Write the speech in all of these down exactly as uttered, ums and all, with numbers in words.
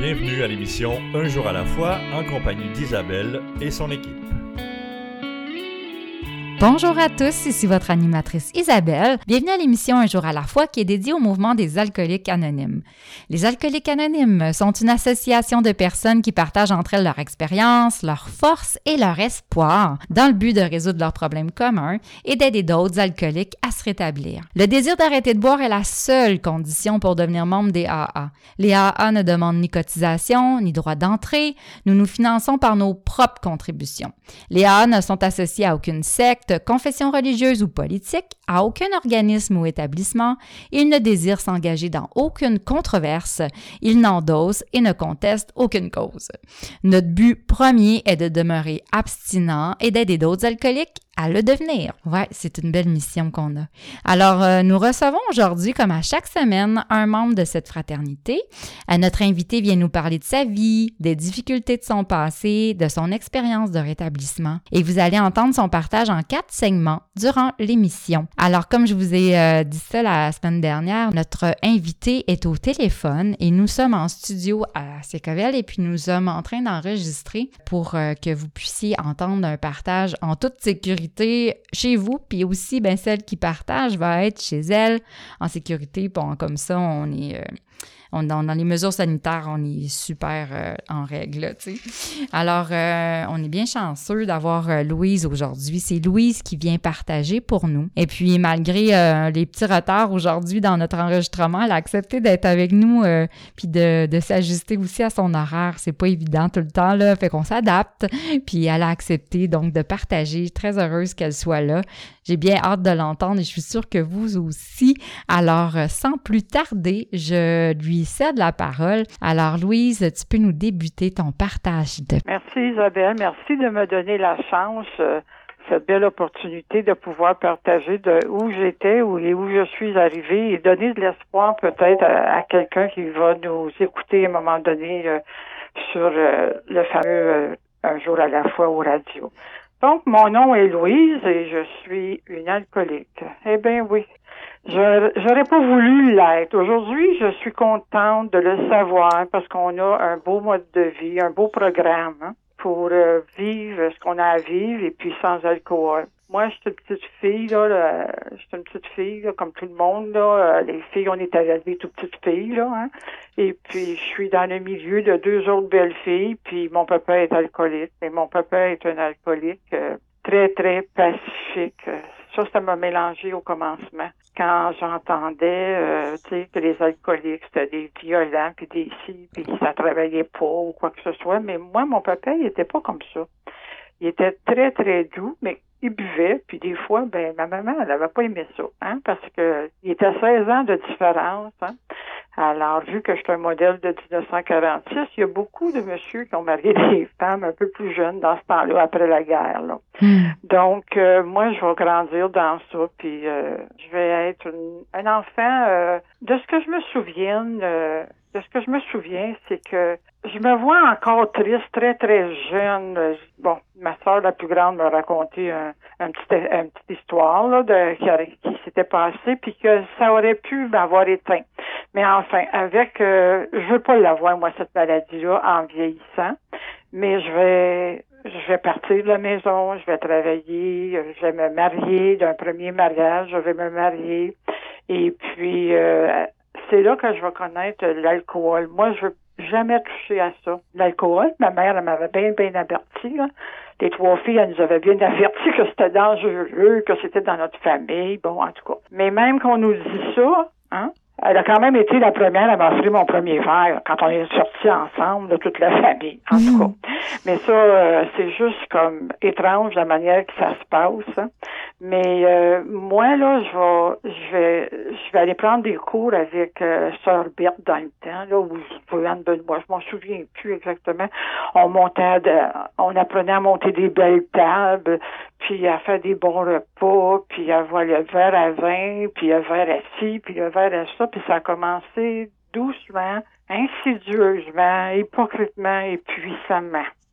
Bienvenue à l'émission Un jour à la fois en compagnie d'Isabelle et son équipe. Bonjour à tous, ici votre animatrice Isabelle. Bienvenue à l'émission Un jour à la fois qui est dédiée au mouvement des alcooliques anonymes. Les alcooliques anonymes sont une association de personnes qui partagent entre elles leur expérience, leur force et leur espoir dans le but de résoudre leurs problèmes communs et d'aider d'autres alcooliques à se rétablir. Le désir d'arrêter de boire est la seule condition pour devenir membre des A A. Les A A ne demandent ni cotisation, ni droit d'entrée. Nous nous finançons par nos propres contributions. Les A A ne sont associés à aucune secte, confession religieuse ou politique, à aucun organisme ou établissement. Ils ne désirent s'engager dans aucune controverse. Ils n'endossent et ne contestent aucune cause. Notre but premier est de demeurer abstinent et d'aider d'autres alcooliques à le devenir. Ouais, c'est une belle mission qu'on a. Alors, euh, nous recevons aujourd'hui, comme à chaque semaine, un membre de cette fraternité. Euh, notre invité vient nous parler de sa vie, des difficultés de son passé, de son expérience de rétablissement. Et vous allez entendre son partage en quatre segments durant l'émission. Alors, comme je vous ai euh, dit ça la semaine dernière, notre invité est au téléphone et nous sommes en studio à Sécovel et puis nous sommes en train d'enregistrer pour euh, que vous puissiez entendre un partage en toute sécurité chez vous, puis aussi, ben, celle qui partage va être chez elle en sécurité. Bon, comme ça, on est... Euh, On, dans, dans les mesures sanitaires, on est super euh, en règle, tu sais. Alors, euh, on est bien chanceux d'avoir euh, Louise aujourd'hui. C'est Louise qui vient partager pour nous. Et puis, malgré euh, les petits retards aujourd'hui dans notre enregistrement, elle a accepté d'être avec nous euh, puis de, de s'ajuster aussi à son horaire. C'est pas évident tout le temps, là. Fait qu'on s'adapte. Puis, elle a accepté donc de partager. Très heureuse qu'elle soit là. J'ai bien hâte de l'entendre et je suis sûre que vous aussi. Alors, sans plus tarder, je lui cède la parole. Alors, Louise, tu peux nous débuter ton partage de... Merci Isabelle, merci de me donner la chance, euh, cette belle opportunité de pouvoir partager de où j'étais où, et où je suis arrivée et donner de l'espoir peut-être à, à quelqu'un qui va nous écouter à un moment donné euh, sur euh, le fameux euh, Un jour à la fois aux radios. Donc, mon nom est Louise et je suis une alcoolique. Eh bien, oui. Je j'aurais pas voulu l'être. Aujourd'hui, je suis contente de le savoir parce qu'on a un beau mode de vie, un beau programme hein, pour euh, vivre ce qu'on a à vivre et puis sans alcool. Moi, je suis une petite fille, là, là je suis une petite fille, là, comme tout le monde, là. Les filles, on est élevées toutes petites filles, là, hein. Et puis, je suis dans le milieu de deux autres belles filles, puis mon papa est alcoolique. Et mon papa est un alcoolique euh, très, très pacifique. Ça, ça m'a mélangé au commencement. Quand j'entendais, euh, tu sais, que les alcooliques, c'était des violents, puis des ci, puis ça travaillait pas ou quoi que ce soit. Mais moi, mon papa, il était pas comme ça. Il était très, très doux, mais il buvait, puis des fois, ben ma maman, elle avait pas aimé ça, hein, parce que il était seize ans de différence, hein. Alors, vu que je suis un modèle de dix-neuf cent quarante-six, il y a beaucoup de messieurs qui ont marié des femmes un peu plus jeunes dans ce temps-là, après la guerre, là. Mm. Donc, euh, moi, je vais grandir dans ça, puis euh, je vais être une, un enfant, euh, de ce que je me souvienne, euh, de ce que je me souviens, c'est que je me vois encore triste, très, très jeune. Bon, ma sœur la plus grande m'a raconté un, un petit, une petite histoire là, de, qui, qui s'était passée, puis que ça aurait pu m'avoir éteint. Mais enfin, avec, euh, je veux pas l'avoir, moi, cette maladie-là, en vieillissant, mais je vais, je vais partir de la maison, je vais travailler, je vais me marier d'un premier mariage, je vais me marier, et puis euh, c'est là que je vais connaître l'alcool. Moi, je veux jamais touché à ça. L'alcool, ma mère, elle m'avait bien, bien averti, là. Les trois filles, elles nous avaient bien averti que c'était dangereux, que c'était dans notre famille, bon, en tout cas. Mais même qu'on nous dit ça, hein, elle a quand même été la première à m'offrir mon premier verre quand on est sortis ensemble, de toute la famille, en mmh. tout cas. Mais ça, euh, c'est juste comme étrange la manière que ça se passe. Hein. Mais euh, moi, là, je vais je vais je vais aller prendre des cours avec euh, Sœur Berthe dans le temps, là, où Joanne Benoît, je m'en souviens plus exactement. On montait de, on apprenait à monter des belles tables, puis à faire des bons repas, puis à avoir le verre à vin, puis le verre à ci, puis le verre à ça, puis ça a commencé doucement, insidieusement, hypocritement et puissamment.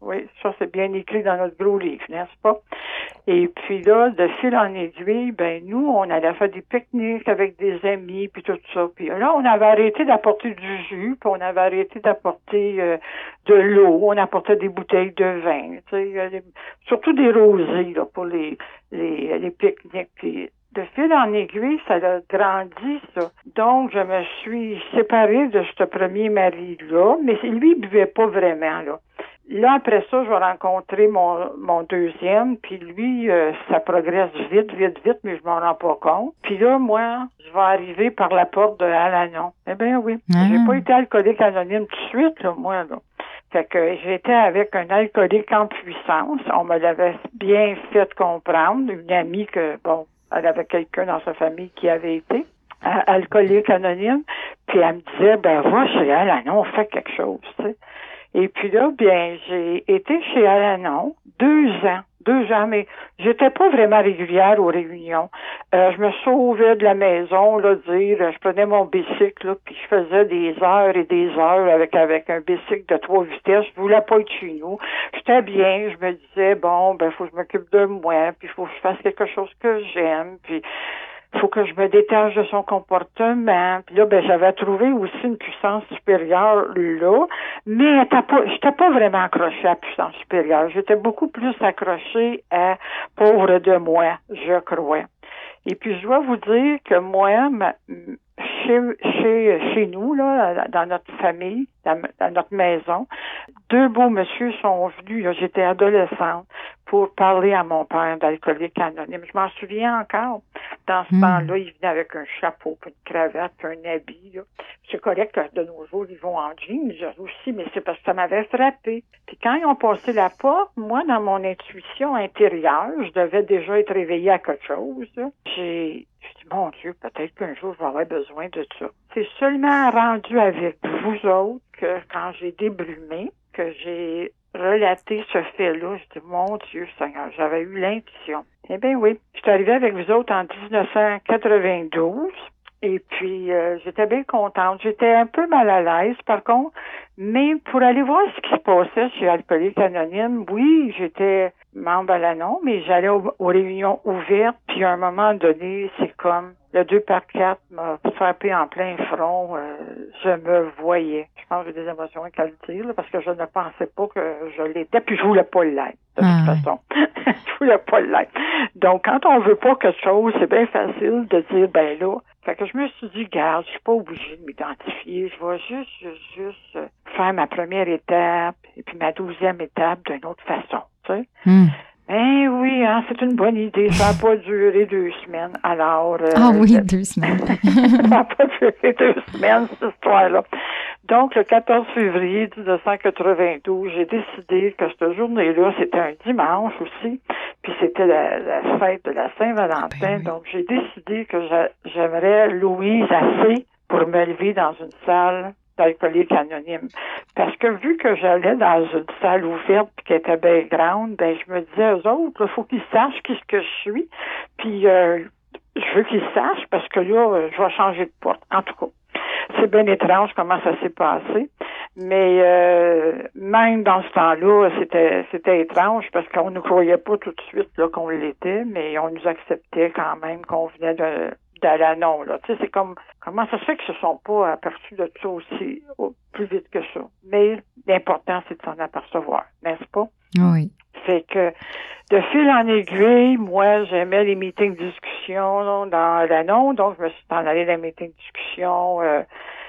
Oui, ça, c'est bien écrit dans notre gros livre, n'est-ce pas? Et puis là, de fil en aiguille, ben nous, on allait faire des pique-niques avec des amis, puis tout ça. Puis là, on avait arrêté d'apporter du jus, puis on avait arrêté d'apporter euh, de l'eau. On apportait des bouteilles de vin, tu sais, surtout des rosés là, pour les, les, les pique-niques. Puis de fil en aiguille, ça a grandi, ça. Donc, je me suis séparée de ce premier mari-là, mais lui, il buvait pas vraiment, là. Là, après ça, je vais rencontrer mon, mon deuxième, puis lui, euh, ça progresse vite, vite, vite, mais je m'en rends pas compte. Puis là, moi, je vais arriver par la porte de Al-Anon. Eh bien oui, ah. J'ai pas été alcoolique anonyme tout de suite, là, moi, là. Fait que j'étais avec un alcoolique en puissance. On me l'avait bien fait comprendre. Une amie que, bon, elle avait quelqu'un dans sa famille qui avait été alcoolique anonyme. Puis elle me disait, ben va chez Al-Anon, on fait quelque chose, tu sais. Et puis là, bien, j'ai été chez Al-Anon deux ans, deux ans, mais j'étais pas vraiment régulière aux réunions. Euh, je me sauvais de la maison, là, dire, je prenais mon bicycle, là, puis je faisais des heures et des heures avec avec un bicycle de trois vitesses. Je voulais pas être chez nous. J'étais bien, je me disais, bon, ben, faut que je m'occupe de moi, puis faut que je fasse quelque chose que j'aime, puis faut que je me détache de son comportement. Puis là, ben, j'avais trouvé aussi une puissance supérieure là, mais j'étais pas, j'étais pas vraiment accrochée à la puissance supérieure. J'étais beaucoup plus accrochée à pauvre de moi, je crois. Et puis, je dois vous dire que moi, ma, chez, chez, chez nous, là, dans notre famille, dans, dans notre maison, deux beaux messieurs sont venus, là, j'étais adolescente, pour parler à mon père d'alcoolique anonyme. Je m'en souviens encore. Dans ce mmh. temps-là, il venait avec un chapeau, puis une cravate, puis un habit, là. C'est correct que de nos jours, ils vont en jeans aussi, mais c'est parce que ça m'avait frappé. Puis quand ils ont passé la porte, moi, dans mon intuition intérieure, je devais déjà être réveillée à quelque chose, là. J'ai Je dis, mon Dieu, peut-être qu'un jour, je vais avoir besoin de ça. C'est seulement rendu avec vous autres que quand j'ai débrumé, que j'ai relaté ce fait-là, je dis, mon Dieu Seigneur, j'avais eu l'intuition. Eh bien oui, je suis arrivée avec vous autres en dix-neuf cent quatre-vingt-douze. Et puis, euh, j'étais bien contente. J'étais un peu mal à l'aise, par contre, mais pour aller voir ce qui se passait chez Alcoolique Anonyme, oui, j'étais membre à l'Anon, mais j'allais aux, aux réunions ouvertes, puis à un moment donné, c'est comme le deux par quatre m'a frappé en plein front. Euh, je me voyais. Je pense que j'ai des émotions à le dire, là, parce que je ne pensais pas que je l'étais, puis je voulais pas l'être, de ah, toute façon. Je voulais pas l'être. Donc, quand on veut pas quelque chose, c'est bien facile de dire, ben là, fait que je me suis dit, garde, je suis pas obligée de m'identifier. Je vais juste, juste, juste faire ma première étape et puis ma douzième étape d'une autre façon, tu sais. Mm. Ben oui, hein, c'est une bonne idée. Ça n'a pas duré deux semaines. Alors, euh, ah oui, deux semaines. Ça n'a pas duré deux semaines, cette histoire-là. Donc, le quatorze février dix-neuf cent quatre-vingt-douze, j'ai décidé que cette journée-là, c'était un dimanche aussi, puis c'était la, la fête de la Saint-Valentin. Ah ben oui. Donc, j'ai décidé que j'a, j'aimerais Louise assez pour me lever dans une salle d'alcoolique anonyme. Parce que vu que j'allais dans une salle ouverte puis qui était bien grande, ben je me disais aux autres, il faut qu'ils sachent qui ce que je suis. Puis euh, je veux qu'ils sachent parce que là, je vais changer de porte. En tout cas, c'est bien étrange comment ça s'est passé. Mais euh, même dans ce temps-là, c'était c'était étrange parce qu'on ne croyait pas tout de suite là, qu'on l'était, mais on nous acceptait quand même qu'on venait de d'Al-Anon, là. Tu sais, c'est comme, comment ça se fait qu'ils se sont pas aperçus de ça aussi, oh, plus vite que ça. Mais l'important, c'est de s'en apercevoir, n'est-ce pas? Oui. Fait que, de fil en aiguille, moi, j'aimais les meetings de discussion dans Al-Anon, donc je me suis en allée dans les meetings de discussion, euh,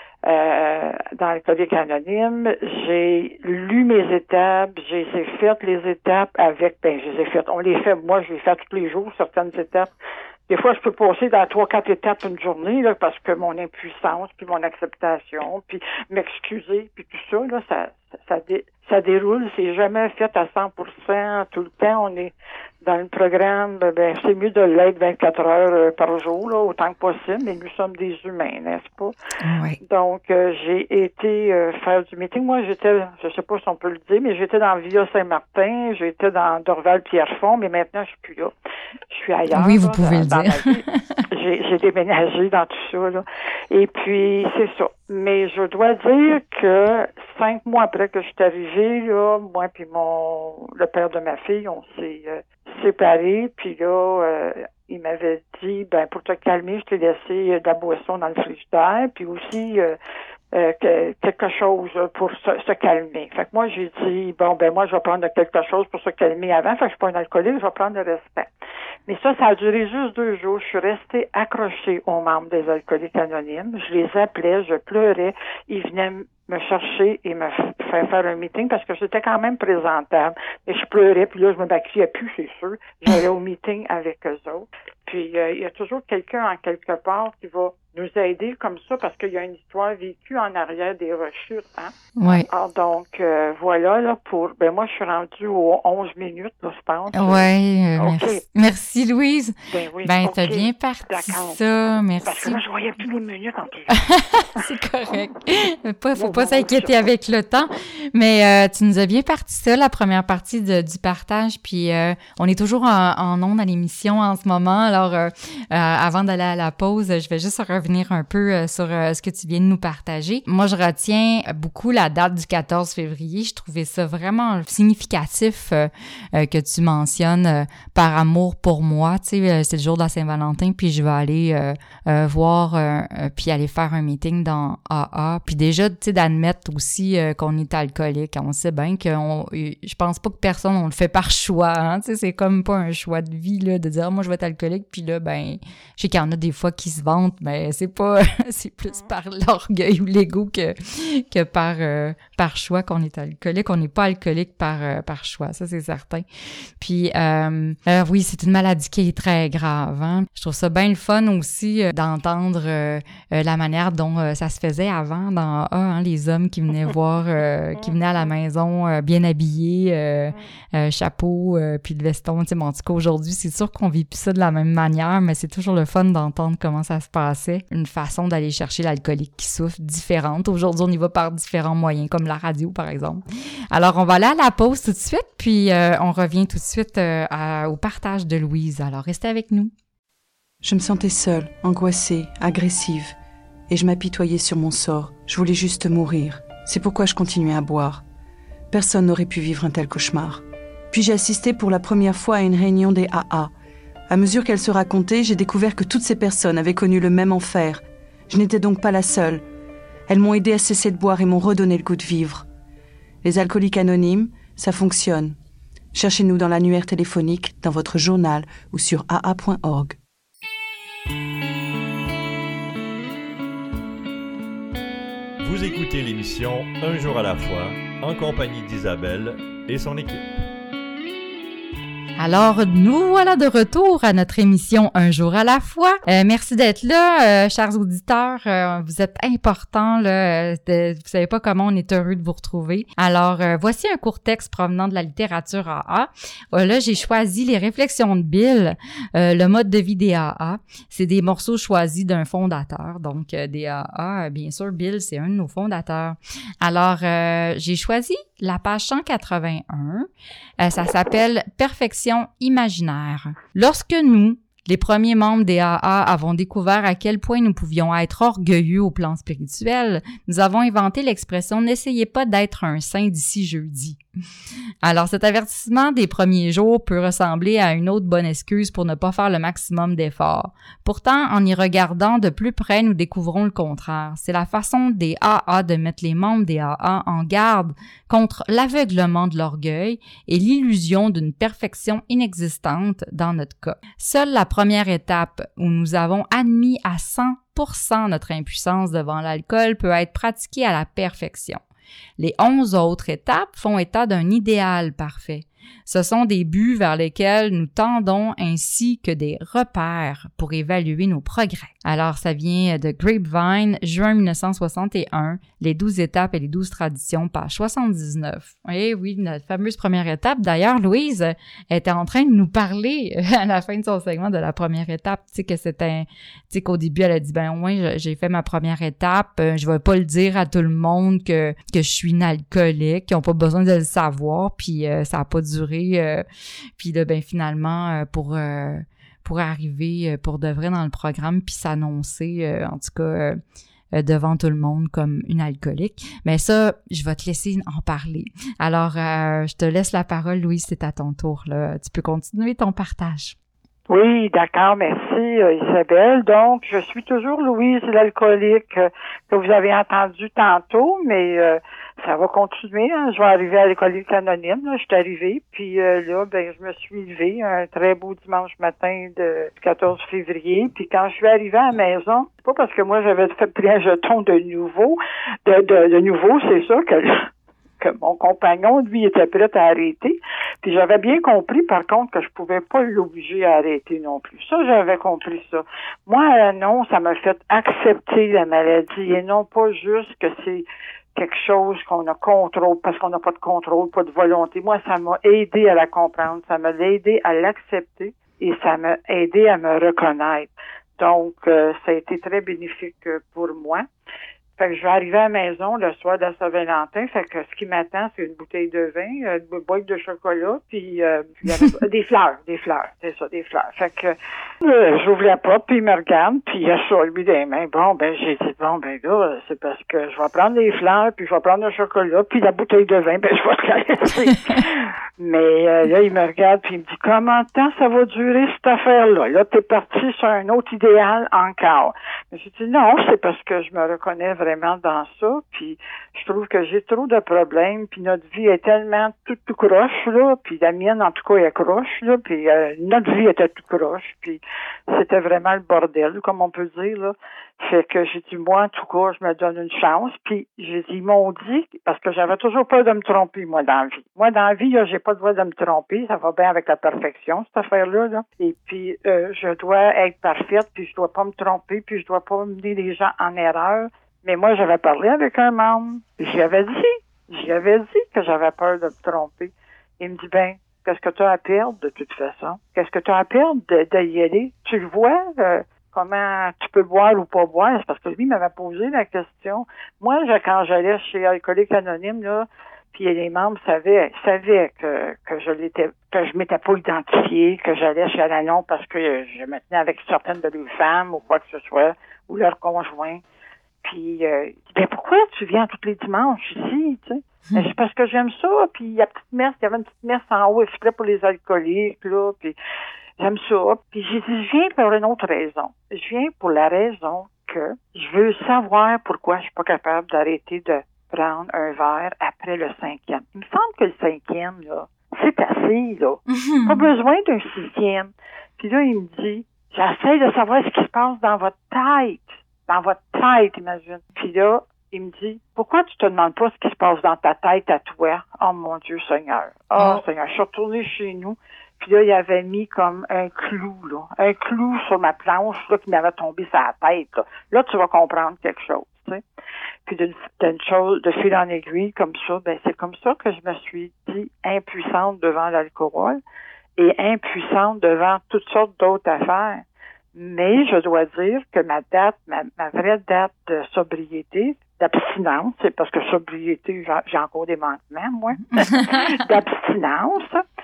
euh, dans l'alcoolique anonyme. J'ai lu mes étapes, j'ai fait les étapes avec, ben, je les ai faites, on les fait, moi, je les fais tous les jours, certaines étapes. Des fois, je peux passer dans trois, quatre étapes une journée, là, parce que mon impuissance, puis mon acceptation, puis m'excuser, puis tout ça, là, ça, ça, ça, dé, ça déroule. C'est jamais fait à cent pour cent tout le temps. On est dans le programme, ben, c'est mieux de l'être vingt-quatre heures par jour, là, autant que possible, mais nous sommes des humains, n'est-ce pas? Oui. Donc, euh, j'ai été euh, faire du meeting. Moi, j'étais, je sais pas si on peut le dire, mais j'étais dans Villa Saint-Martin, j'étais dans Dorval-Pierrefonds, mais maintenant, je suis plus là. Je suis ailleurs. Oui, vous là, pouvez dans, le dire. j'ai, j'ai déménagé dans tout ça, là. Et puis, c'est ça. Mais je dois dire que cinq mois après que je suis arrivée, là, moi puis mon le père de ma fille, on s'est euh, séparés. Puis là, euh, il m'avait dit, ben pour te calmer, je t'ai laissé de la boisson dans le frigidaire, puis aussi euh, euh, que, quelque chose pour se, se calmer. Fait que moi, j'ai dit, bon, ben moi, je vais prendre quelque chose pour se calmer avant. Fait que je suis pas un alcoolique, je vais prendre le restant. Mais ça, ça a duré juste deux jours. Je suis restée accrochée aux membres des Alcooliques Anonymes. Je les appelais, je pleurais. Ils venaient me chercher et me faire faire un meeting parce que j'étais quand même présentable. Et je pleurais, puis là, je me maquillais plus, c'est sûr. J'allais au meeting avec eux autres. Puis, euh, il y a toujours quelqu'un en quelque part qui va nous aider comme ça parce qu'il y a une histoire vécue en arrière des rechutes, hein? Oui. Alors, donc, euh, voilà, là, pour, ben, moi, je suis rendue aux onze minutes, là, je pense. Oui, euh, OK. merci. Merci, Louise. Ben oui. Ben, OK. t'as bien parti D'accord. ça, merci. Parce que là, je voyais plus les minutes en plus. C'est correct. Pas, faut Bon, pas bon, s'inquiéter bon. avec le temps. Mais euh, tu nous as bien parti ça, la première partie de, du partage. Puis euh, on est toujours en, en ondes à l'émission en ce moment. Alors, euh, euh, avant d'aller à la pause, je vais juste revenir un peu euh, sur euh, ce que tu viens de nous partager. Moi, je retiens beaucoup la date du quatorze février. Je trouvais ça vraiment significatif euh, euh, que tu mentionnes euh, par amour pour moi. Tu sais, euh, c'est le jour de la Saint-Valentin, puis je vais aller euh, euh, voir, euh, euh, puis aller faire un meeting dans A A. Puis déjà, tu sais, d'admettre aussi euh, qu'on est alcoolique. On sait bien qu'on, je pense pas que personne, on le fait par choix. Hein? Tu sais, c'est comme pas un choix de vie là, de dire, ah, moi, je vais être alcoolique. Puis là, ben, je sais qu'il y en a des fois qui se vantent, mais c'est pas, c'est plus par l'orgueil ou l'ego que que par euh, par choix qu'on est alcoolique. On n'est pas alcoolique par euh, par choix, ça c'est certain. Puis euh, euh, oui, c'est une maladie qui est très grave. Hein? Je trouve ça bien le fun aussi euh, d'entendre euh, euh, la manière dont euh, ça se faisait avant dans A A, hein, les hommes qui venaient voir, euh, qui venaient à la maison euh, bien habillés, euh, euh, chapeau, euh, puis le veston. Tu sais, bon, en tout cas aujourd'hui, c'est sûr qu'on vit plus ça de la même manière, mais c'est toujours le fun d'entendre comment ça se passait. Une façon d'aller chercher l'alcoolique qui souffre différente. Aujourd'hui, on y va par différents moyens, comme la radio, par exemple. Alors, on va aller à la pause tout de suite, puis euh, on revient tout de suite euh, à, au partage de Louise. Alors, restez avec nous. Je me sentais seule, angoissée, agressive, et je m'apitoyais sur mon sort. Je voulais juste mourir. C'est pourquoi je continuais à boire. Personne n'aurait pu vivre un tel cauchemar. Puis j'ai assisté pour la première fois à une réunion des A A. À mesure qu'elle se racontait, j'ai découvert que toutes ces personnes avaient connu le même enfer. Je n'étais donc pas la seule. Elles m'ont aidé à cesser de boire et m'ont redonné le goût de vivre. Les alcooliques anonymes, ça fonctionne. Cherchez-nous dans l'annuaire téléphonique, dans votre journal ou sur a a point org. Vous écoutez l'émission Un jour à la fois, en compagnie d'Isabelle et son équipe. Alors, nous voilà de retour à notre émission Un jour à la fois. Euh, merci d'être là, euh, chers auditeurs. Euh, vous êtes importants. Là, de, vous savez pas comment on est heureux de vous retrouver. Alors, euh, voici un court texte provenant de la littérature A A. Euh, là, j'ai choisi les réflexions de Bill, euh, le mode de vie des A A. C'est des morceaux choisis d'un fondateur. Donc, euh, des A A, bien sûr, Bill, c'est un de nos fondateurs. Alors, euh, j'ai choisi la page cent quatre-vingt-un. Euh, ça s'appelle « Perfection imaginaire ». Lorsque nous, les premiers membres des A A, avons découvert à quel point nous pouvions être orgueilleux au plan spirituel, nous avons inventé l'expression « N'essayez pas d'être un saint d'ici jeudi ». Alors, cet avertissement des premiers jours peut ressembler à une autre bonne excuse pour ne pas faire le maximum d'efforts. Pourtant, en y regardant de plus près, nous découvrons le contraire. C'est la façon des A A de mettre les membres des A A en garde contre l'aveuglement de l'orgueil et l'illusion d'une perfection inexistante dans notre cas. Seule la première étape où nous avons admis à cent pour cent notre impuissance devant l'alcool peut être pratiquée à la perfection. Les onze autres étapes font état d'un idéal parfait. Ce sont des buts vers lesquels nous tendons ainsi que des repères pour évaluer nos progrès. Alors, ça vient de Grapevine, juin mille neuf cent soixante et un, les douze étapes et les douze traditions, page soixante-dix-neuf. Eh oui, notre fameuse première étape. D'ailleurs, Louise était en train de nous parler à la fin de son segment de la première étape. Tu sais que c'était, tu sais qu'au début, elle a dit, ben ouais, j'ai fait ma première étape. Je vais pas le dire à tout le monde que, que je suis une alcoolique, qu'ils ont pas besoin de le savoir, puis euh, ça a pas duré. Euh, puis là, ben finalement, euh, pour... Euh, pour arriver euh, pour de vrai dans le programme puis s'annoncer, euh, en tout cas, euh, euh, devant tout le monde comme une alcoolique. Mais ça, je vais te laisser en parler. Alors, euh, je te laisse la parole, Louise, c'est à ton tour, là. Tu peux continuer ton partage. Oui, d'accord, merci euh, Isabelle. Donc, je suis toujours Louise, l'alcoolique euh, que vous avez entendu tantôt, mais euh, ça va continuer. Hein. Je vais arriver à l'alcoolique anonyme. Là. Je suis arrivée, puis euh, là, ben, je me suis levée un très beau dimanche matin de quatorze février. Puis quand je suis arrivée à la maison, c'est pas parce que moi j'avais fait pris un jeton de nouveau, de, de, de nouveau, c'est ça que que mon compagnon, lui, était prêt à arrêter. Puis j'avais bien compris, par contre, que je pouvais pas l'obliger à arrêter non plus. Ça, j'avais compris ça. Moi, euh, non, ça m'a fait accepter la maladie et non pas juste que c'est quelque chose qu'on a contrôle, parce qu'on n'a pas de contrôle, pas de volonté. Moi, ça m'a aidé à la comprendre, ça m'a aidé à l'accepter et ça m'a aidé à me reconnaître. Donc, euh, ça a été très bénéfique pour moi. Fait que je vais arriver à la maison le soir de la Saint-Valentin. Fait que ce qui m'attend, c'est une bouteille de vin, une boîte de chocolat, puis euh, des fleurs, des fleurs, c'est ça, des fleurs. Fait que euh, j'ouvre la porte, puis il me regarde, puis il a ça lui des mains. Bon, ben j'ai dit, bon, ben là, c'est parce que je vais prendre les fleurs, puis je vais prendre le chocolat, puis la bouteille de vin, ben je vais te la laisser. Mais euh, là, il me regarde, puis il me dit, comment de temps ça va durer cette affaire-là? Là, t'es parti sur un autre idéal encore. J'ai dit, non, c'est parce que je me reconnais vraiment dans ça, puis je trouve que j'ai trop de problèmes, puis notre vie est tellement tout, tout croche, là, puis la mienne, en tout cas, est croche, là, puis euh, notre vie était tout croche, puis c'était vraiment le bordel, comme on peut dire, là. Fait que j'ai dit, moi, en tout cas, je me donne une chance, puis j'ai dit, ils m'ont dit, parce que j'avais toujours peur de me tromper, moi, dans la vie. Moi, dans la vie, là, j'ai pas le droit de me tromper, ça va bien avec la perfection, cette affaire-là, là. Et puis, euh, je dois être parfaite, puis je dois pas me tromper, puis je dois pas mener les gens en erreur. Mais moi, j'avais parlé avec un membre, puis j'y avais dit, j'y avais dit que j'avais peur de me tromper. Il me dit, ben, qu'est-ce que tu as à perdre, de toute façon? Qu'est-ce que tu as à perdre de, de y aller? Tu le vois, euh, comment tu peux boire ou pas boire? C'est parce que lui m'avait posé la question. Moi, je, quand j'allais chez Alcoolique Anonyme, là, puis les membres savaient, savaient que, que je l'étais, que je m'étais pas identifiée, que j'allais chez Alanon parce que je me tenais avec certaines de leurs femmes ou quoi que ce soit, ou leurs conjoints. Puis, euh, ben pourquoi tu viens tous les dimanches ici, tu sais? Hmm. Ben, c'est parce que j'aime ça, puis il y a petite messe, il y avait une petite messe en haut exprès pour les alcooliques, là, puis j'aime ça. Puis j'ai dit, je viens pour une autre raison. Je viens pour la raison que je veux savoir pourquoi je suis pas capable d'arrêter de prendre un verre après le cinquième. Il me semble que le cinquième, là, c'est assez, là. Mm-hmm. Pas besoin d'un sixième. Puis là, il me dit, j'essaie de savoir ce qui se passe dans votre tête. Dans votre tête, imagine. Puis là, il me dit, pourquoi tu te demandes pas ce qui se passe dans ta tête à toi? Oh mon Dieu Seigneur. Oh, oh. Seigneur, je suis retournée chez nous. Puis là, il avait mis comme un clou, là. Un clou sur ma planche, là, qui m'avait tombé sur la tête, là. Là, tu vas comprendre quelque chose, tu sais. Puis d'une, d'une chose, de fil en aiguille, comme ça, ben, c'est comme ça que je me suis dit impuissante devant l'alcool et impuissante devant toutes sortes d'autres affaires. Mais je dois dire que ma date, ma, ma vraie date de sobriété, d'abstinence, c'est parce que sobriété, j'ai, j'ai encore des manquements, moi, d'abstinence,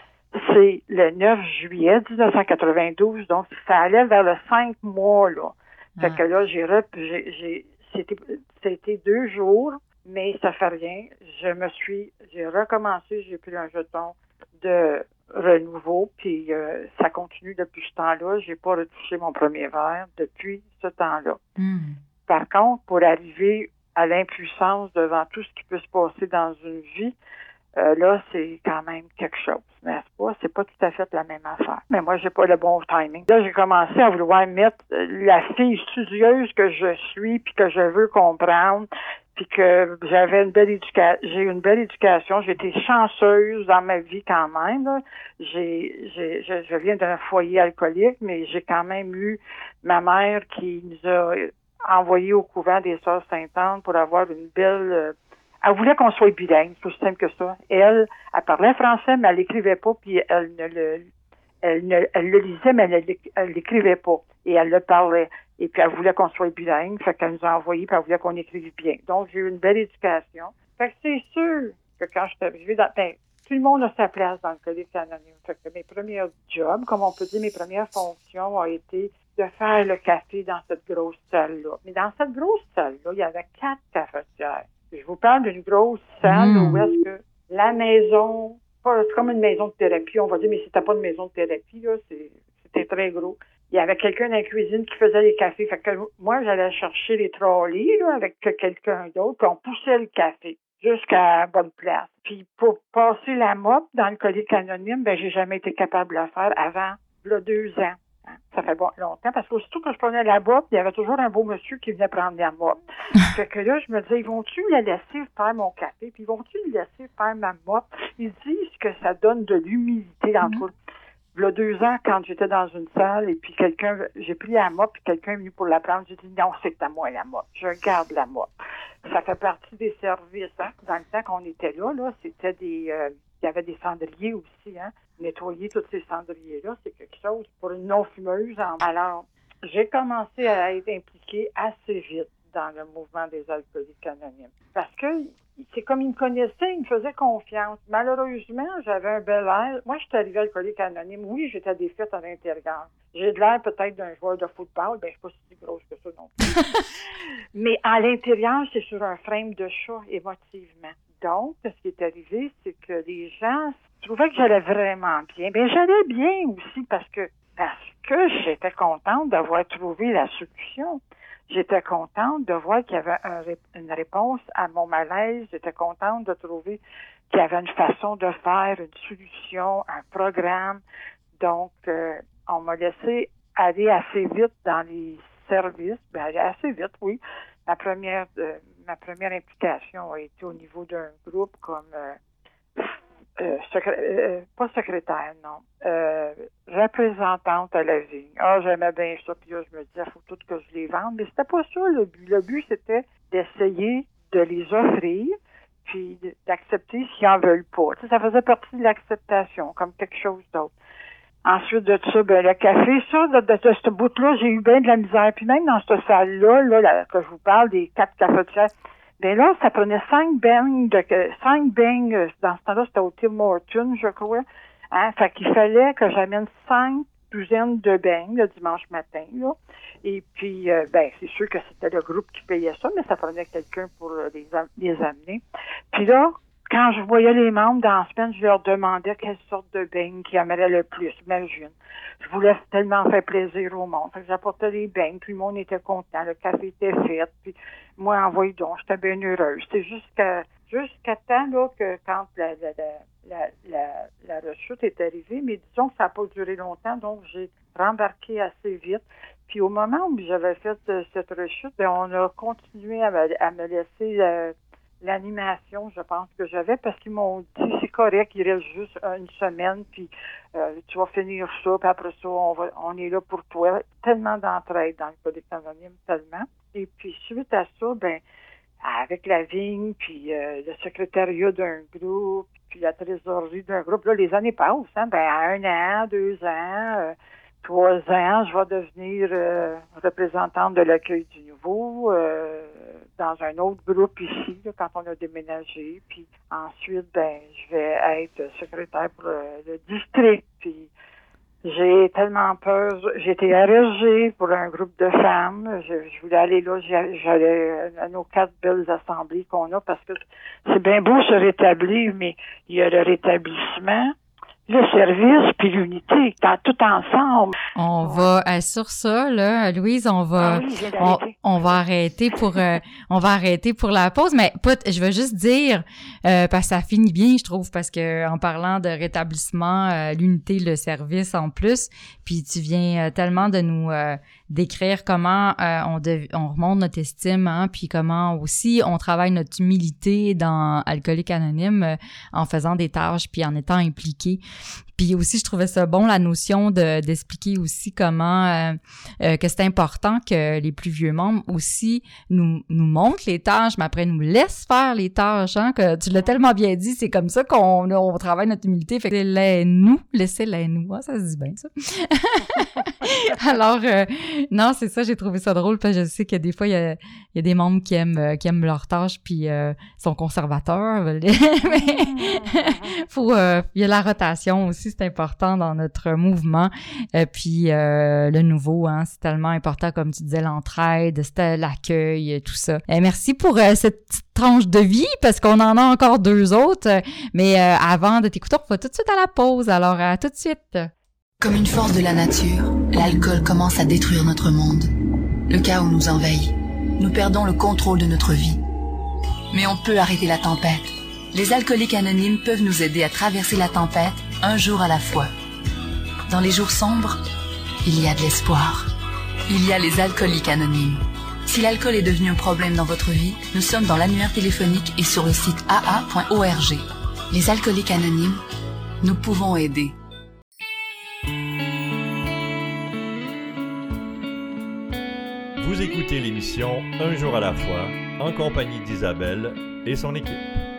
c'est le neuf juillet dix-neuf cent quatre-vingt-douze, donc ça allait vers le cinq mois, là. Fait que là, j'ai, rep, j'ai, j'ai c'était, c'était deux jours, mais ça fait rien. Je me suis, j'ai recommencé, j'ai pris un jeton de renouveau, puis euh, ça continue depuis ce temps-là. J'ai pas retouché mon premier verre depuis ce temps-là. Mm. Par contre, pour arriver à l'impuissance devant tout ce qui peut se passer dans une vie, euh, là, c'est quand même quelque chose, n'est-ce pas? C'est pas tout à fait la même affaire. Mais moi, j'ai pas le bon timing. Là, j'ai commencé à vouloir mettre la fille studieuse que je suis, puis que je veux comprendre, puis que j'avais une belle éducation, j'ai une belle éducation, j'ai été chanceuse dans ma vie quand même, là. J'ai, j'ai, je, je viens d'un foyer alcoolique, mais j'ai quand même eu ma mère qui nous a envoyés au couvent des Sœurs Sainte-Anne pour avoir une belle, euh, elle voulait qu'on soit bilingue, c'est aussi simple que ça. Elle, elle parlait français, mais elle l'écrivait pas, puis elle ne le, elle ne, elle le lisait, mais elle, elle l'écrivait pas. Et elle le parlait. Et puis, elle voulait qu'on soit bilingue, fait qu'elle nous a envoyé, puis elle voulait qu'on écrive bien. Donc, j'ai eu une belle éducation. Fait que c'est sûr que quand je suis arrivée dans, ben, tout le monde a sa place dans le Alcoolique Anonyme. Fait que mes premiers jobs, comme on peut dire, mes premières fonctions ont été de faire le café dans cette grosse salle-là. Mais dans cette grosse salle-là, il y avait quatre cafetières. Je vous parle d'une grosse salle mmh. où est-ce que la maison, c'est comme une maison de thérapie, on va dire, mais c'était pas une maison de thérapie, là, c'est, c'était très gros. Il y avait quelqu'un dans la cuisine qui faisait les cafés. Fait que moi, j'allais chercher les trolleys, là, avec quelqu'un d'autre, puis on poussait le café jusqu'à la bonne place. Puis pour passer la mop dans le Alcoolique Anonyme, ben, j'ai jamais été capable de le faire avant, là, deux ans. Ça fait bon, longtemps, parce qu'aussitôt que je prenais la mop, il y avait toujours un beau monsieur qui venait prendre la mop. Fait que là, je me disais, ils vont-tu la laisser faire mon café, puis ils vont-tu le laisser faire ma mop? Ils disent que ça donne de l'humidité dans mm-hmm. le Il y a deux ans, quand j'étais dans une salle, et puis quelqu'un, j'ai pris la mop, puis quelqu'un est venu pour la prendre, j'ai dit, non, c'est à moi la mop, je garde la mop. Ça fait partie des services, hein. Dans le temps qu'on était là, là, c'était des, euh, il y avait des cendriers aussi, hein. Nettoyer tous ces cendriers-là, c'est quelque chose pour une non-fumeuse. Alors, j'ai commencé à être impliquée assez vite dans le mouvement des alcooliques anonymes. Parce que c'est comme ils me connaissaient, ils me faisaient confiance. Malheureusement, j'avais un bel air. Moi, je suis arrivée alcoolique anonyme. Oui, j'étais défaite à l'intérieur. J'ai de l'air peut-être d'un joueur de football. Ben, je suis pas si grosse que ça non plus. Mais à l'intérieur, c'est sur un frame de chat, émotivement. Donc, ce qui est arrivé, c'est que les gens trouvaient que j'allais vraiment bien. Ben, j'allais bien aussi parce que, parce que j'étais contente d'avoir trouvé la solution. J'étais contente de voir qu'il y avait un, une réponse à mon malaise. J'étais contente de trouver qu'il y avait une façon de faire, une solution, un programme. Donc, euh, on m'a laissé aller assez vite dans les services. Ben, aller assez vite, oui. Ma première, euh, ma première implication a été au niveau d'un groupe comme euh, euh, secré- euh, pas secrétaire, non, euh, représentante à la vigne. Ah, j'aimais bien ça, puis là, je me disais, il faut tout que je les vende. Mais c'était pas ça le but. Le but, c'était d'essayer de les offrir, puis d'accepter s'ils en veulent pas. Tu sais, ça faisait partie de l'acceptation, comme quelque chose d'autre. Ensuite de ça, ben le café, ça, de, de, de ce bout-là, j'ai eu bien de la misère. Puis même dans cette salle-là, là, là, que je vous parle, des quatre cafetières, ben là, ça prenait cinq beignes, de, cinq beignes, dans ce temps-là, c'était au Tim Hortons, je crois. Hein? Fait qu'il fallait que j'amène cinq douzaines de beignes le dimanche matin, là. Et puis, euh, ben, c'est sûr que c'était le groupe qui payait ça, mais ça prenait quelqu'un pour les, les amener. Puis là, quand je voyais les membres dans la semaine, je leur demandais quelle sorte de beignes qu'ils aimeraient le plus, imagine. Je voulais tellement faire plaisir au monde. Fait que j'apportais des beignes, puis le monde était content, le café était fait, puis moi, envoyé donc, j'étais bien heureuse. C'est jusqu'à jusqu'à temps, là, que quand la, la, la, la, la rechute est arrivée, mais disons que ça n'a pas duré longtemps, donc j'ai rembarqué assez vite. Puis au moment où j'avais fait euh, cette rechute, bien, on a continué à me, à me laisser euh, l'animation, je pense que j'avais, parce qu'ils m'ont dit, c'est correct, il reste juste une semaine, puis euh, tu vas finir ça, puis après ça, on va, on est là pour toi. Tellement d'entraide dans le Alcoolique Anonyme, tellement. Et puis, suite à ça, ben, avec la vigne, puis euh, le secrétariat d'un groupe, puis la trésorerie d'un groupe, là, les années passent, hein, ben, à un an, deux ans, euh, trois ans, je vais devenir euh, représentante de l'accueil du nouveau, euh, dans un autre groupe ici, là, quand on a déménagé. Puis ensuite, ben, je vais être secrétaire pour euh, le district. Puis j'ai tellement peur. J'ai été arrêtée pour un groupe de femmes. Je, je voulais aller là. J'allais à nos quatre belles assemblées qu'on a parce que c'est bien beau se rétablir, mais il y a le rétablissement, le service puis l'unité, tout ensemble. On va euh, sur ça là, Louise, on va ah oui, on, on va arrêter pour euh, on va arrêter pour la pause, mais put, je veux juste dire euh, parce que ça finit bien, je trouve, parce que en parlant de rétablissement, euh, l'unité, le service en plus, puis tu viens euh, tellement de nous euh, décrire comment euh, on, dev- on remonte notre estime, hein, puis comment aussi on travaille notre humilité dans Alcoolique Anonyme euh, en faisant des tâches puis en étant impliqué. Puis aussi, je trouvais ça bon, la notion de d'expliquer aussi comment euh, euh, que c'est important que les plus vieux membres aussi nous nous montrent les tâches, mais après nous laissent faire les tâches. Hein, que tu l'as tellement bien dit, c'est comme ça qu'on on travaille notre humilité. Fait que les nous, laissez-les nous. Ah, ça se dit bien, ça. Alors, euh, Non, c'est ça, j'ai trouvé ça drôle parce que je sais que des fois, il y a, il y a des membres qui aiment, euh, qui aiment leur tâche puis euh, sont conservateurs. Mais faut, euh, il y a la rotation aussi, c'est important dans notre mouvement. Euh, puis euh, le nouveau, hein, c'est tellement important, comme tu disais, l'entraide, c'était l'accueil, tout ça. Euh, merci pour euh, cette petite tranche de vie parce qu'on en a encore deux autres. Mais euh, avant de t'écouter, on va tout de suite à la pause. Alors, à tout de suite. Comme une force de la nature, l'alcool commence à détruire notre monde. Le chaos nous envahit. Nous perdons le contrôle de notre vie. Mais on peut arrêter la tempête. Les alcooliques anonymes peuvent nous aider à traverser la tempête un jour à la fois. Dans les jours sombres, il y a de l'espoir. Il y a les alcooliques anonymes. Si l'alcool est devenu un problème dans votre vie, nous sommes dans l'annuaire téléphonique et sur le site a a point org. Les alcooliques anonymes, nous pouvons aider. Vous écoutez l'émission Un jour à la fois, en compagnie d'Isabelle et son équipe.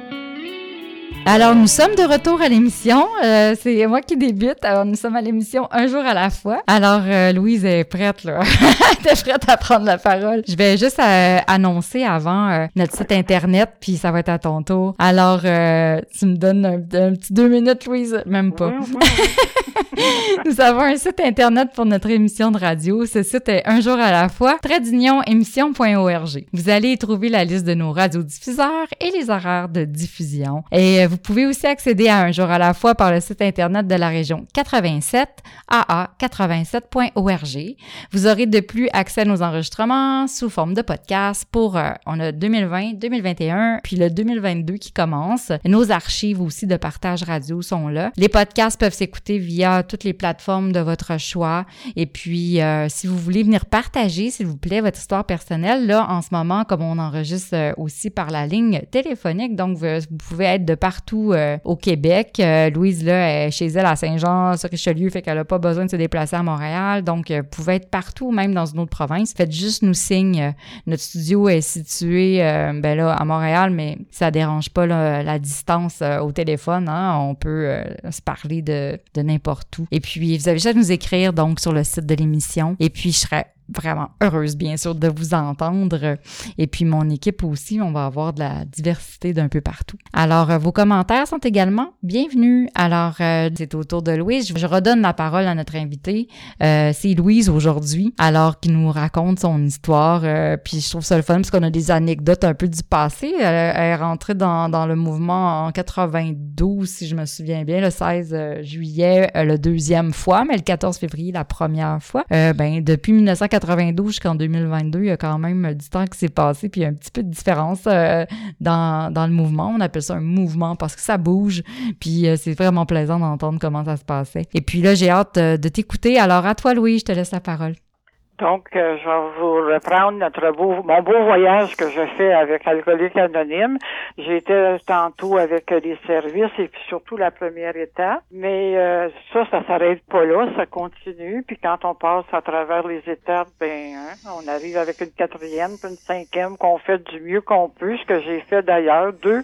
Alors, nous sommes de retour à l'émission. Euh, c'est moi qui débute. Alors, nous sommes à l'émission Un jour à la fois. Alors, euh, Louise est prête, là. T'es prête à prendre la parole. Je vais juste euh, annoncer avant euh, notre site Internet, puis ça va être à ton tour. Alors, euh, tu me donnes un, un petit deux minutes, Louise? Même pas. Oui, oui, oui. Nous avons un site Internet pour notre émission de radio. Ce site est Un jour à la fois, trait d'union émission point org. Vous allez y trouver la liste de nos radiodiffuseurs et les horaires de diffusion. Et vous pouvez aussi accéder à Un jour à la fois par le site Internet de la région quatre-vingt-sept, a a quatre-vingt-sept point org. Vous aurez de plus accès à nos enregistrements sous forme de podcast pour, euh, on a deux mille vingt, deux mille vingt et un, puis le deux mille vingt-deux qui commence. Nos archives aussi de partage radio sont là. Les podcasts peuvent s'écouter via toutes les plateformes de votre choix. Et puis, euh, si vous voulez venir partager, s'il vous plaît, votre histoire personnelle, là, en ce moment, comme on enregistre euh, aussi par la ligne téléphonique, donc vous, vous pouvez être de partout euh, au Québec. Euh, Louise, là, est chez elle à Saint-Jean-sur-Richelieu, fait qu'elle n'a pas besoin de se déplacer à Montréal. Donc, euh, vous pouvez être partout, même dans une autre province. Faites juste nous signe. Euh, notre studio est situé, euh, ben là, à Montréal, mais ça dérange pas là, la distance euh, au téléphone. Hein? On peut euh, se parler de, de n'importe où. Et puis, vous avez juste à nous écrire, donc, sur le site de l'émission. Et puis, je serais vraiment heureuse, bien sûr, de vous entendre. Et puis, mon équipe aussi, on va avoir de la diversité d'un peu partout. Alors, euh, vos commentaires sont également bienvenus. Alors, euh, c'est au tour de Louise. Je, je redonne la parole à notre invitée. Euh, c'est Louise aujourd'hui, alors qui nous raconte son histoire. Euh, puis, je trouve ça le fun parce qu'on a des anecdotes un peu du passé. Elle, elle est rentrée dans, dans le mouvement en quatre-vingt-douze, si je me souviens bien, le seize juillet, euh, le deuxième fois, mais le quatorze février, la première fois. Euh, ben, depuis dix-neuf cent quatre-vingt-douze jusqu'en deux mille vingt-deux, il y a quand même du temps qui s'est passé, puis il y a un petit peu de différence euh, dans, dans le mouvement. On appelle ça un mouvement parce que ça bouge, puis euh, c'est vraiment plaisant d'entendre comment ça se passait. Et puis là, j'ai hâte euh, de t'écouter. Alors, à toi, Louis, je te laisse la parole. Donc, euh, je vais vous reprendre notre beau, mon beau voyage que je fais avec Alcooliques Anonymes. J'ai été tantôt avec les services et puis surtout la première étape. Mais euh, ça, ça s'arrête pas là, ça continue. Puis quand on passe à travers les étapes, ben, hein, on arrive avec une quatrième, puis une cinquième, qu'on fait du mieux qu'on peut, ce que j'ai fait d'ailleurs, deux,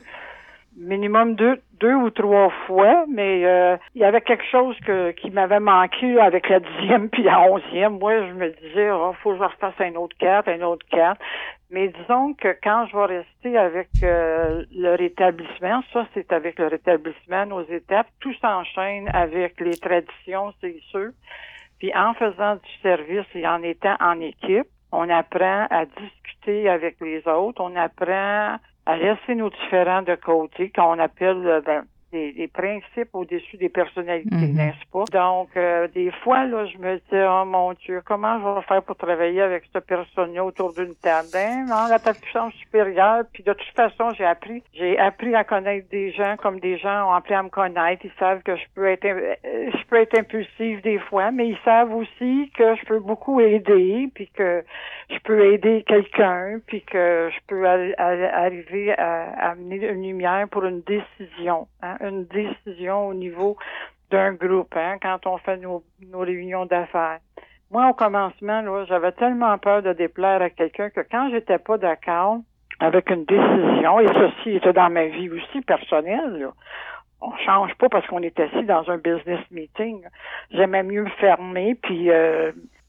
minimum deux, deux ou trois fois, mais euh, il y avait quelque chose que qui m'avait manqué là, avec la dixième puis la onzième. Moi, je me disais, oh, faut que je refasse un autre quatre, un autre quatre. Mais disons que quand je vais rester avec euh, le rétablissement, ça c'est avec le rétablissement, nos étapes, tout s'enchaîne avec les traditions, c'est sûr. Puis en faisant du service et en étant en équipe, on apprend à discuter avec les autres, on apprend à laisser nos différents de côté, qu'on appelle ben, des, des principes au-dessus des personnalités, mm-hmm. n'est-ce pas? Donc, euh, des fois, là, je me dis, oh mon Dieu, comment je vais faire pour travailler avec cette personne-là autour d'une table? Ben, non, la puissance supérieure, puis de toute façon, j'ai appris, j'ai appris à connaître des gens comme des gens ont appris à me connaître. Ils savent que je peux être, je peux être impulsive des fois, mais ils savent aussi que je peux beaucoup aider, puis que je peux aider quelqu'un, puis que je peux a- a- arriver à, à amener une lumière pour une décision, hein, une décision au niveau d'un groupe, hein, quand on fait nos, nos réunions d'affaires. Moi, au commencement, là, j'avais tellement peur de déplaire à quelqu'un que quand j'étais pas d'accord avec une décision, et ceci était dans ma vie aussi personnelle, là, on change pas parce qu'on est assis dans un business meeting. J'aimais mieux me fermer, puis euh,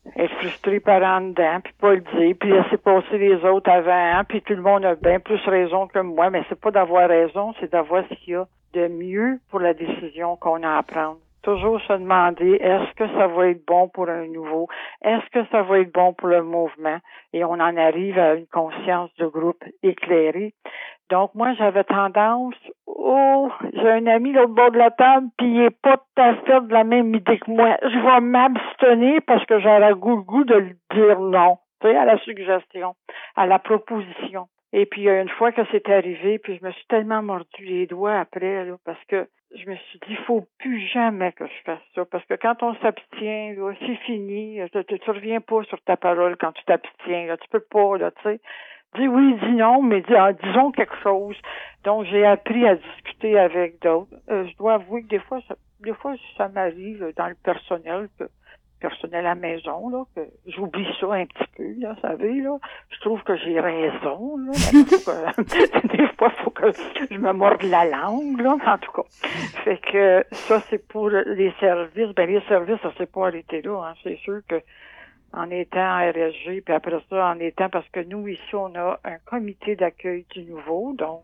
être frustré par en dedans, puis pas le dire, puis laisser passer les autres avant, puis tout le monde a bien plus raison que moi, mais c'est pas d'avoir raison, c'est d'avoir ce qu'il y a de mieux pour la décision qu'on a à prendre. Toujours se demander, est-ce que ça va être bon pour un nouveau? Est-ce que ça va être bon pour le mouvement? Et on en arrive à une conscience de groupe éclairée. Donc, moi, j'avais tendance, oh, j'ai un ami là au bord de la table, puis il est pas tout à fait de la même idée que moi. Je vais m'abstenir parce que j'aurais le goût, le goût de lui dire non, tu sais, à la suggestion, à la proposition. Et puis, une fois que c'est arrivé, puis je me suis tellement mordu les doigts après, là, parce que je me suis dit, il faut plus jamais que je fasse ça. Parce que quand on s'abstient, là, c'est fini. Tu, tu, tu reviens pas sur ta parole quand tu t'abstiens. Là, tu peux pas, là, tu sais. Dis oui, dis non, mais dis, ah, disons quelque chose. Donc, j'ai appris à discuter avec d'autres. Euh, je dois avouer que des fois, ça, des fois, ça m'arrive dans le personnel, que, personnel à la maison, là, que j'oublie ça un petit peu, là, vous savez, là. Je trouve que j'ai raison, là. Mais que, des fois, il faut que je me morde la langue, là, en tout cas. Fait que ça, c'est pour les services. Ben, les services, ça s'est pas arrêté là, hein. C'est sûr que en étant à R S G, puis après ça, en étant, parce que nous, ici, on a un comité d'accueil du nouveau, donc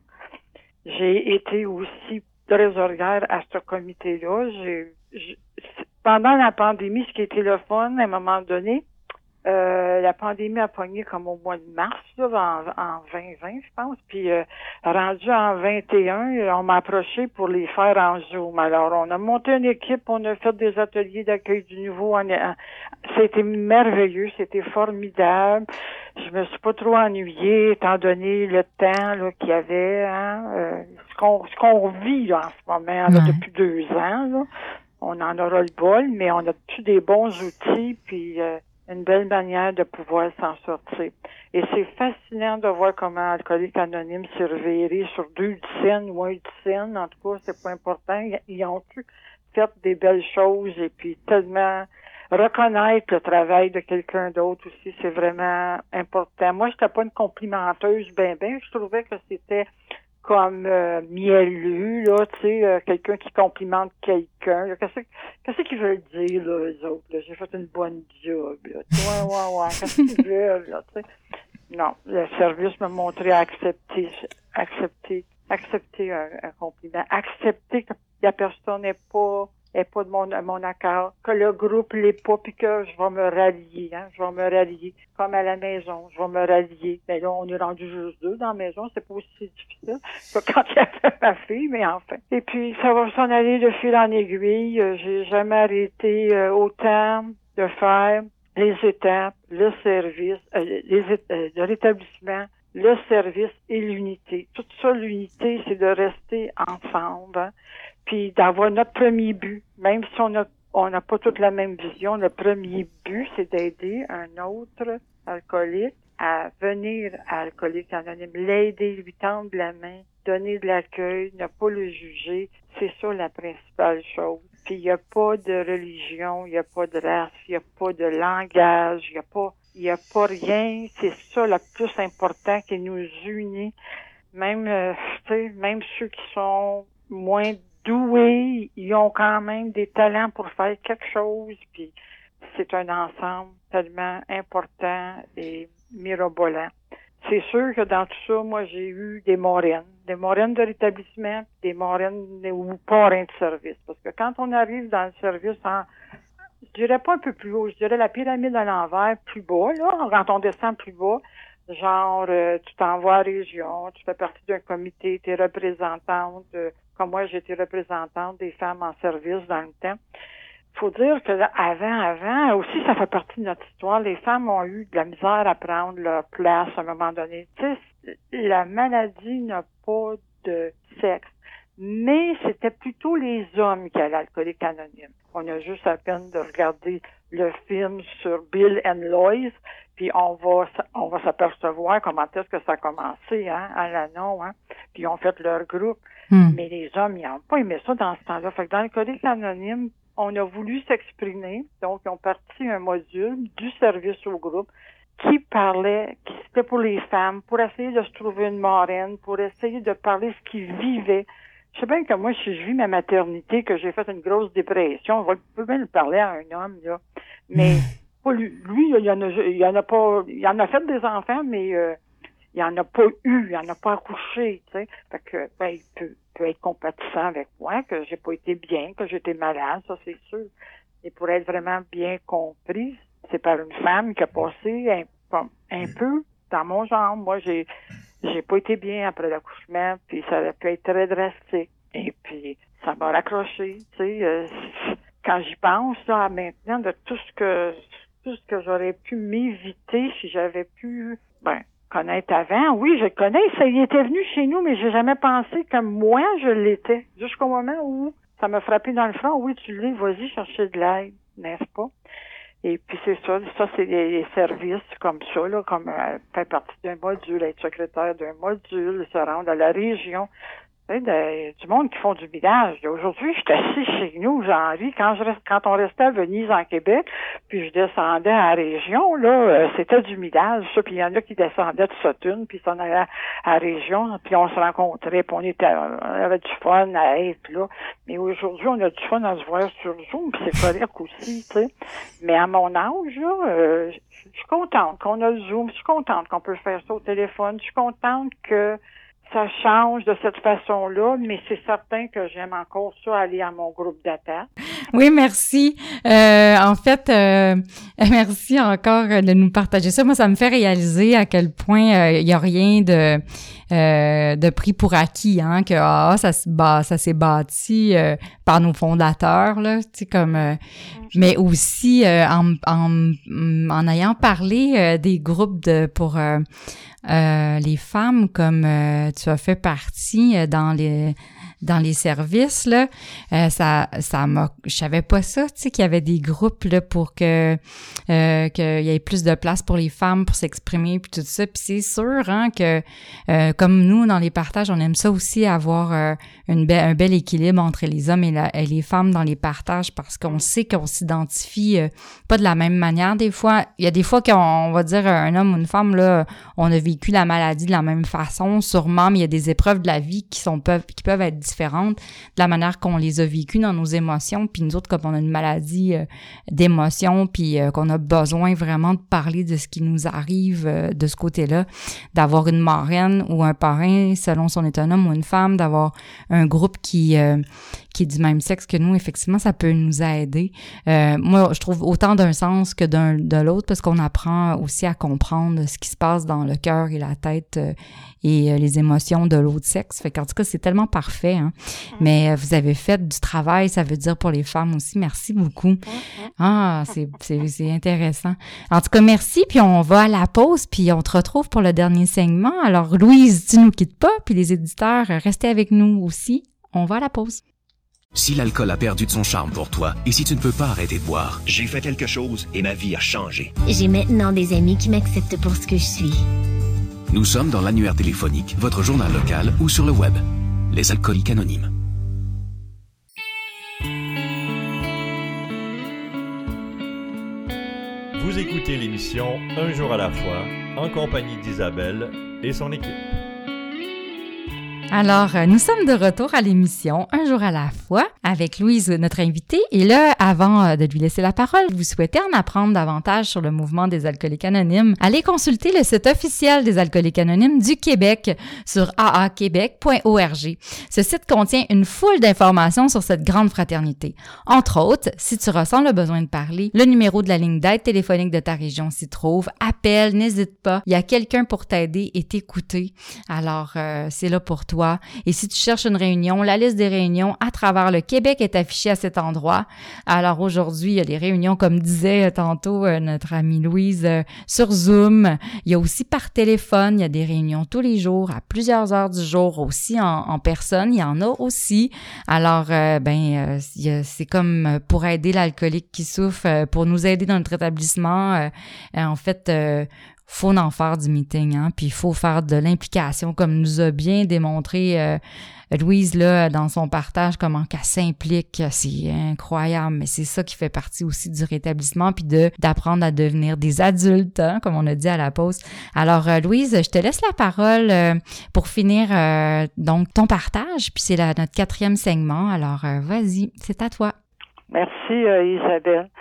j'ai été aussi trésorière à ce comité-là. J'ai, j'ai, pendant la pandémie, ce qui était le fun, à un moment donné, euh, la pandémie a pogné comme au mois de mars, là, en, en vingt vingt, je pense, puis euh, rendu en vingt et un, on m'a approché pour les faire en Zoom. Alors, on a monté une équipe, on a fait des ateliers d'accueil du nouveau. En, en, c'était merveilleux, c'était formidable. Je me suis pas trop ennuyée, étant donné le temps là, qu'il y avait, hein, euh, ce qu'on ce qu'on vit là, en ce moment, là, ouais. Depuis deux ans. Là. On en aura le bol, mais on a tous des bons outils, puis euh, une belle manière de pouvoir s'en sortir. Et c'est fascinant de voir comment Alcooliques Anonymes s'est reviré sur deux scènes ou un scène. En tout cas, c'est pas important. Ils ont pu faire des belles choses et puis tellement reconnaître le travail de quelqu'un d'autre aussi, c'est vraiment important. Moi, j'étais pas une complimenteuse ben ben. Je trouvais que c'était comme euh, mielleux, là, tu sais, euh, quelqu'un qui complimente quelqu'un. Qu'est-ce, qu'est-ce qu'ils veulent dire, là, eux autres? Là? J'ai fait une bonne job, là. Ouais, ouais, ouais. Qu'est-ce qu'ils veulent, là, tu sais? Non, le service m'a montré à accepter, accepter, accepter un, un compliment. Accepter que la personne n'est pas, est pas de mon, mon accord, que le groupe l'est pas, puis que je vais me rallier, hein, je vais me rallier, comme à la maison, je vais me rallier. Mais là, on est rendu juste deux dans la maison, c'est pas aussi difficile que quand il y avait ma fille, mais enfin. Et puis, ça va s'en aller de fil en aiguille. J'ai jamais arrêté euh, autant de faire les étapes, le service, euh, les, euh, le rétablissement, le service et l'unité. Tout ça, l'unité, c'est de rester ensemble, hein, puis d'avoir notre premier but, même si on a on n'a pas toute la même vision. Le premier but, c'est d'aider un autre alcoolique à venir à Alcooliques Anonymes, l'aider, lui tendre la main, donner de l'accueil, ne pas le juger. C'est ça la principale chose. Puis il n'y a pas de religion, il n'y a pas de race, il n'y a pas de langage, il n'y a pas il n'y a pas rien. C'est ça le plus important qui nous unit. Même, euh, tu sais, même ceux qui sont moins doués, ils ont quand même des talents pour faire quelque chose. Puis c'est un ensemble tellement important et mirobolant. C'est sûr que dans tout ça, moi, j'ai eu des moraines. Des moraines de rétablissement, des moraines ou parrains de service. Parce que quand on arrive dans le service, en, je dirais pas un peu plus haut, je dirais la pyramide à l'envers, plus bas, là, quand on descend plus bas, genre, euh, tu t'envoies à la région, tu fais partie d'un comité, tu es représentante, euh, comme moi, j'ai été représentante des femmes en service dans le temps. Faut dire que là, avant, avant, aussi, ça fait partie de notre histoire. Les femmes ont eu de la misère à prendre leur place à un moment donné. Tu sais, la maladie n'a pas de sexe. Mais c'était plutôt les hommes qui allaient à Alcooliques Anonymes. On a juste à peine de regarder le film sur Bill and Lois, puis on va on va s'apercevoir comment est-ce que ça a commencé, hein, à l'annon, hein, puis ils ont fait leur groupe. Mm. Mais les hommes, ils n'ont pas aimé ça dans ce temps-là. Fait que dans Alcooliques Anonymes, on a voulu s'exprimer, donc ils ont parti un module du service au groupe qui parlait, qui c'était pour les femmes, pour essayer de se trouver une marraine, pour essayer de parler ce qu'ils vivaient. Je sais bien que moi, si je vis ma maternité, que j'ai fait une grosse dépression, on va peut bien le parler à un homme, là. Mais pas lui, lui, il y en a, il y en a pas, il en a fait des enfants, mais euh, il en a pas eu, il en a pas accouché, tu sais. Fait que, ben, il peut, peut être compatissant avec moi, que j'ai pas été bien, que j'étais malade, ça c'est sûr. Et pour être vraiment bien compris, c'est par une femme qui a passé un, un peu dans mon genre. Moi, j'ai, j'ai pas été bien après l'accouchement, puis ça a pu être très drastique. Et puis, ça m'a raccroché, tu sais. Euh, quand j'y pense, là, maintenant, de tout ce que, tout ce que j'aurais pu m'éviter si j'avais pu, ben, connaître avant. Oui, je le connais. Ça y était venu chez nous, mais j'ai jamais pensé que moi, je l'étais. Jusqu'au moment où ça m'a frappé dans le front. Oui, tu l'es, vas-y chercher de l'aide, n'est-ce pas? Et puis c'est ça, ça c'est des services comme ça, là, comme euh, faire partie d'un module, être secrétaire d'un module, se rendre à la région. Tu sais, de, du monde qui font du village. Aujourd'hui, je suis assis chez nous, j'en ris. Quand je reste, quand on restait à Venise, en Québec, puis je descendais à la région, là, euh, c'était du village, ça. Puis il y en a qui descendaient de Sutton, puis s'en allaient à, à la région, puis on se rencontrait, puis on était, on avait du fun à être là. Mais aujourd'hui, on a du fun à se voir sur Zoom, puis c'est correct aussi, tu sais. Mais à mon âge, là, euh, je suis contente qu'on a le Zoom, je suis contente qu'on peut faire ça au téléphone, je suis contente que ça change de cette façon-là, mais c'est certain que j'aime encore ça, aller à mon groupe d'attaque. Oui, merci. Euh, en fait, euh, merci encore de nous partager ça. Moi, ça me fait réaliser à quel point il euh, y a rien de euh, de pris pour acquis, hein, que ah, ça se bat, ça s'est bâti euh, par nos fondateurs, là, tu sais, comme. Euh, mais aussi euh, en, en en ayant parlé euh, des groupes de pour euh, euh, les femmes, comme euh, tu as fait partie euh, dans les dans les services, là, euh, ça, ça m'a, je savais pas ça, tu sais, qu'il y avait des groupes, là, pour que, euh, qu'il y ait plus de place pour les femmes pour s'exprimer puis tout ça. Puis c'est sûr, hein, que, euh, comme nous, dans les partages, on aime ça aussi avoir euh, une be- un bel équilibre entre les hommes et, la, et les femmes dans les partages parce qu'on sait qu'on s'identifie euh, pas de la même manière. Des fois, il y a des fois qu'on on va dire un homme ou une femme, là, on a vécu la maladie de la même façon, sûrement, mais il y a des épreuves de la vie qui sont peuvent, qui peuvent être différentes de la manière qu'on les a vécues dans nos émotions, puis nous autres, comme on a une maladie euh, d'émotions, puis euh, qu'on a besoin vraiment de parler de ce qui nous arrive euh, de ce côté-là, d'avoir une marraine ou un parrain, selon si on est un homme ou une femme, d'avoir un groupe qui euh, qui est du même sexe que nous, effectivement, ça peut nous aider. Euh, moi, je trouve autant d'un sens que d'un de l'autre, parce qu'on apprend aussi à comprendre ce qui se passe dans le cœur et la tête euh, et euh, les émotions de l'autre sexe. Fait qu'en tout cas, c'est tellement parfait, hein. Mm-hmm. Mais euh, vous avez fait du travail, ça veut dire pour les femmes aussi. Merci beaucoup. Mm-hmm. Ah, c'est, c'est, c'est intéressant. En tout cas, merci, puis on va à la pause, puis on te retrouve pour le dernier segment. Alors, Louise, tu nous quittes pas, puis les éditeurs, restez avec nous aussi. On va à la pause. Si l'alcool a perdu de son charme pour toi et si tu ne peux pas arrêter de boire, j'ai fait quelque chose et ma vie a changé. J'ai maintenant des amis qui m'acceptent pour ce que je suis. Nous sommes dans l'annuaire téléphonique, votre journal local ou sur le web. Les Alcooliques Anonymes. Vous écoutez l'émission Un jour à la fois, en compagnie d'Isabelle et son équipe. Alors, nous sommes de retour à l'émission Un jour à la fois avec Louise, notre invitée. Et là, avant de lui laisser la parole, vous souhaitez en apprendre davantage sur le mouvement des Alcooliques Anonymes, allez consulter le site officiel des Alcooliques Anonymes du Québec sur a a québec point org. Ce site contient une foule d'informations sur cette grande fraternité. Entre autres, si tu ressens le besoin de parler, le numéro de la ligne d'aide téléphonique de ta région s'y trouve. Appelle, n'hésite pas. Il y a quelqu'un pour t'aider et t'écouter. Alors, euh, c'est là pour toi. Et si tu cherches une réunion, la liste des réunions à travers le Québec est affichée à cet endroit. Alors aujourd'hui, il y a des réunions, comme disait tantôt euh, notre amie Louise, euh, sur Zoom. Il y a aussi par téléphone, il y a des réunions tous les jours, à plusieurs heures du jour, aussi en, en personne, il y en a aussi. Alors, euh, ben, euh, c'est comme pour aider l'alcoolique qui souffre, euh, pour nous aider dans notre établissement. Euh, en fait, euh, faut en faire du meeting, hein, puis il faut faire de l'implication, comme nous a bien démontré euh, Louise là dans son partage, comment qu'elle s'implique, c'est incroyable, mais c'est ça qui fait partie aussi du rétablissement, puis de d'apprendre à devenir des adultes, hein, comme on a dit à la pause. Alors euh, Louise, je te laisse la parole euh, pour finir euh, donc ton partage, puis c'est la, notre quatrième segment, alors euh, vas-y, c'est à toi. Merci euh, Isabelle.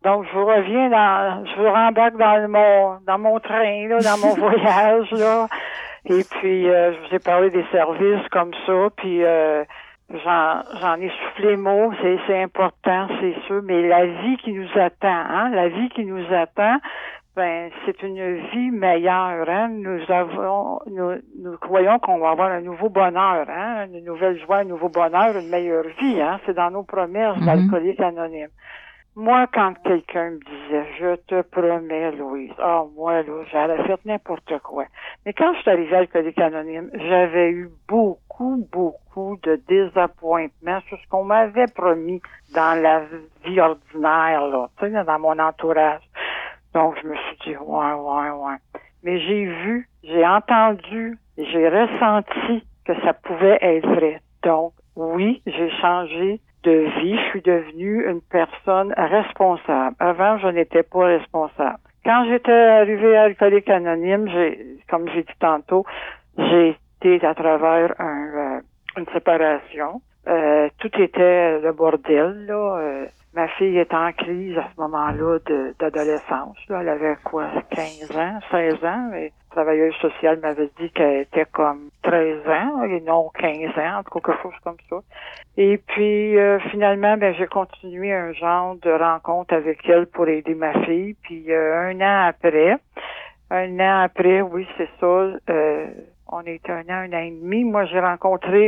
Donc, je reviens dans, je rembarque dans mon, dans mon train, là, dans mon voyage, là. Et puis, euh, je vous ai parlé des services comme ça, puis euh, j'en, j'en ai soufflé mot, c'est, c'est important, c'est sûr, mais la vie qui nous attend, hein, la vie qui nous attend, ben, c'est une vie meilleure, hein. Nous avons, nous, nous croyons qu'on va avoir un nouveau bonheur, hein, une nouvelle joie, un nouveau bonheur, une meilleure vie, hein. C'est dans nos promesses Mm-hmm. d'Alcooliques Anonymes. Moi, quand quelqu'un me disait, je te promets, Louise, ah, oh, moi, là, j'aurais fait n'importe quoi. Mais quand je suis arrivée à Alcooliques Anonymes, j'avais eu beaucoup, beaucoup de désappointements sur ce qu'on m'avait promis dans la vie ordinaire, là, tu sais, dans mon entourage. Donc, je me suis dit, ouais, ouais, ouais. Mais j'ai vu, j'ai entendu, j'ai ressenti que ça pouvait être vrai. Donc, oui, j'ai changé de vie, je suis devenue une personne responsable. Avant, je n'étais pas responsable. Quand j'étais arrivée à Alcooliques Anonymes, j'ai, comme j'ai dit tantôt, j'ai été à travers un, euh, une séparation. Euh, tout était le bordel, là. Euh, ma fille était en crise à ce moment-là de, d'adolescence, là. Elle avait quoi, quinze ans, seize ans, et la travailleuse sociale m'avait dit qu'elle était comme treize ans, et non quinze ans, en tout cas quelque chose comme ça. Et puis, euh, finalement, ben j'ai continué un genre de rencontre avec elle pour aider ma fille. Puis, euh, un an après, un an après, oui, c'est ça, euh, on était un an, un an et demi. Moi, j'ai rencontré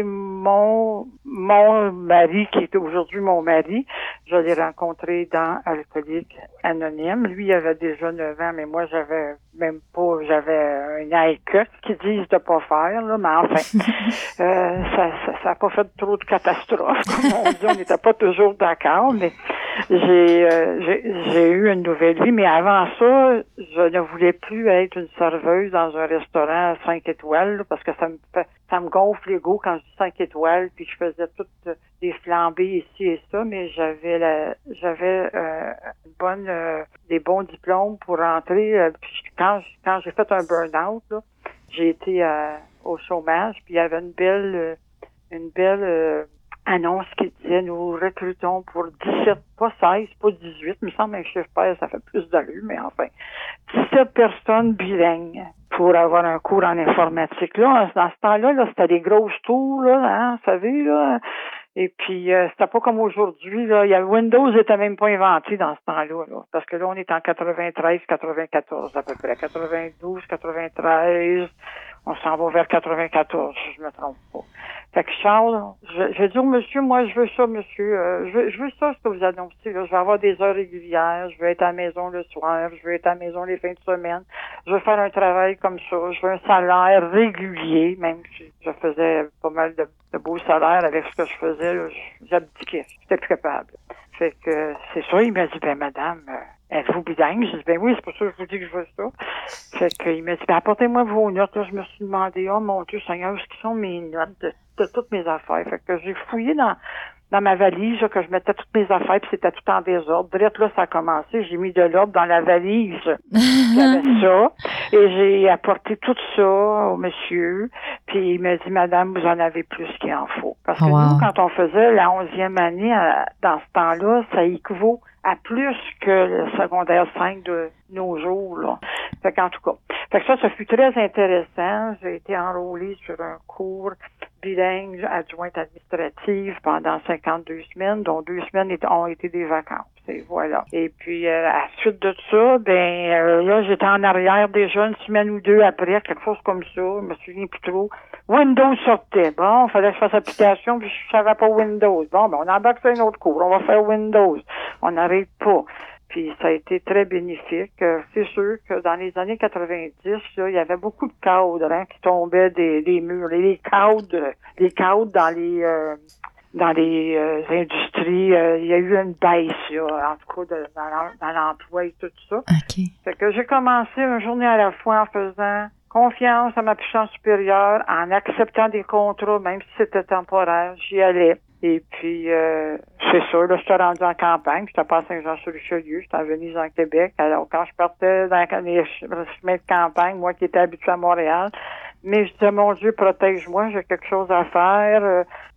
mon mon mari, qui est aujourd'hui mon mari. Je l'ai rencontré dans Alcooliques Anonymes. Lui, il avait déjà neuf ans, mais moi, j'avais même pas, j'avais un an et que, ce qu'ils disent de pas faire, là, mais enfin, euh, ça, ça, ça a pas fait trop de catastrophes. Comme on dit, on n'était pas toujours d'accord, mais j'ai, euh, j'ai, j'ai eu une nouvelle vie. Mais avant ça, je ne voulais plus être une serveuse dans un restaurant à cinq étoiles, là, parce que ça me fait, ça me gonfle l'ego quand je dis cinq étoiles, puis je faisais toutes euh, des flambées ici et ça, mais j'avais la, j'avais euh, une bonne, euh, des bons diplômes pour rentrer. Euh, puis quand, quand j'ai fait un burn-out, là, j'ai été euh, au chômage, puis il y avait une belle, euh, une belle euh, annonce qui disait nous recrutons pour dix-sept, pas seize, pas dix-huit, il me semble un chiffre pair, ça fait plus d'allure, mais enfin, dix-sept personnes bilingues pour avoir un cours en informatique. Là, dans ce temps-là, là, c'était des grosses tours, là, hein, vous savez, là. Et puis, euh, c'était pas comme aujourd'hui, là. Il y a, Windows était même pas inventé dans ce temps-là, là. Parce que là, on est en quatre-vingt-treize, quatre-vingt-quatorze, à peu près. quatre-vingt-douze, quatre-vingt-treize. On s'en va vers quatre-vingt-quatorze, si je me trompe pas. Fait que Charles, je, je dis au monsieur, moi, je veux ça, monsieur. Euh, je, veux, je veux ça, ce que vous annoncez, là. Je veux avoir des heures régulières. Je veux être à la maison le soir. Je veux être à la maison les fins de semaine. Je veux faire un travail comme ça. Je veux un salaire régulier, même si je faisais pas mal de, de beaux salaires avec ce que je faisais, là. J'abdiquais. J'étais plus capable. Fait que, c'est ça. Il m'a dit, ben, madame, euh, êtes-vous bilingue? J'ai dit, ben oui, c'est pour ça que je vous dis que je veux ça. Fait qu'il m'a dit, ben, apportez-moi vos notes. Là, je me suis demandé, oh mon Dieu Seigneur, où sont mes notes de, de toutes mes affaires? Fait que j'ai fouillé dans, dans ma valise, là, que je mettais toutes mes affaires, puis c'était tout en désordre. Direct là, ça a commencé. J'ai mis de l'ordre dans la valise. J'avais ça. Et j'ai apporté tout ça au monsieur. Puis il m'a dit, madame, vous en avez plus qu'il en faut. Parce que wow. nous, quand on faisait la onzième année, à, dans ce temps-là, ça équivaut à plus que le secondaire cinq de nos jours, là. Fait qu'en tout cas. Fait que ça, ça fut très intéressant. J'ai été enrôlée sur un cours bilingue adjointe administrative pendant cinquante-deux semaines, dont deux semaines ont été des vacances. Et voilà. Et puis, euh, à la suite de ça, ben, euh, là, j'étais en arrière déjà une semaine ou deux après, quelque chose comme ça. Je me souviens plus trop. Windows sortait. Bon, il fallait que je fasse application, puis je savais pas Windows. Bon, ben, on embarque sur un autre cours. On va faire Windows. On n'arrête pas. Puis ça a été très bénéfique. Euh, c'est sûr que dans les années quatre-vingt-dix, là, il y avait beaucoup de cadres, hein, qui tombaient des, des murs. Les cadres, les cadres dans les euh, dans les euh, industries, euh, il y a eu une baisse, là, en tout cas de, dans, dans l'emploi et tout ça. Okay. Fait que j'ai commencé une journée à la fois en faisant confiance à ma puissance supérieure, en acceptant des contrats, même si c'était temporaire, j'y allais. Et puis, euh, c'est ça, là, j'étais rendu en campagne, j'étais pas à Saint-Jean-sur-Richelieu, j'étais en Venise, en Québec. Alors, quand je partais dans les chemins de campagne, moi qui étais habitué à Montréal, mais je disais, mon Dieu, protège-moi, j'ai quelque chose à faire. Euh,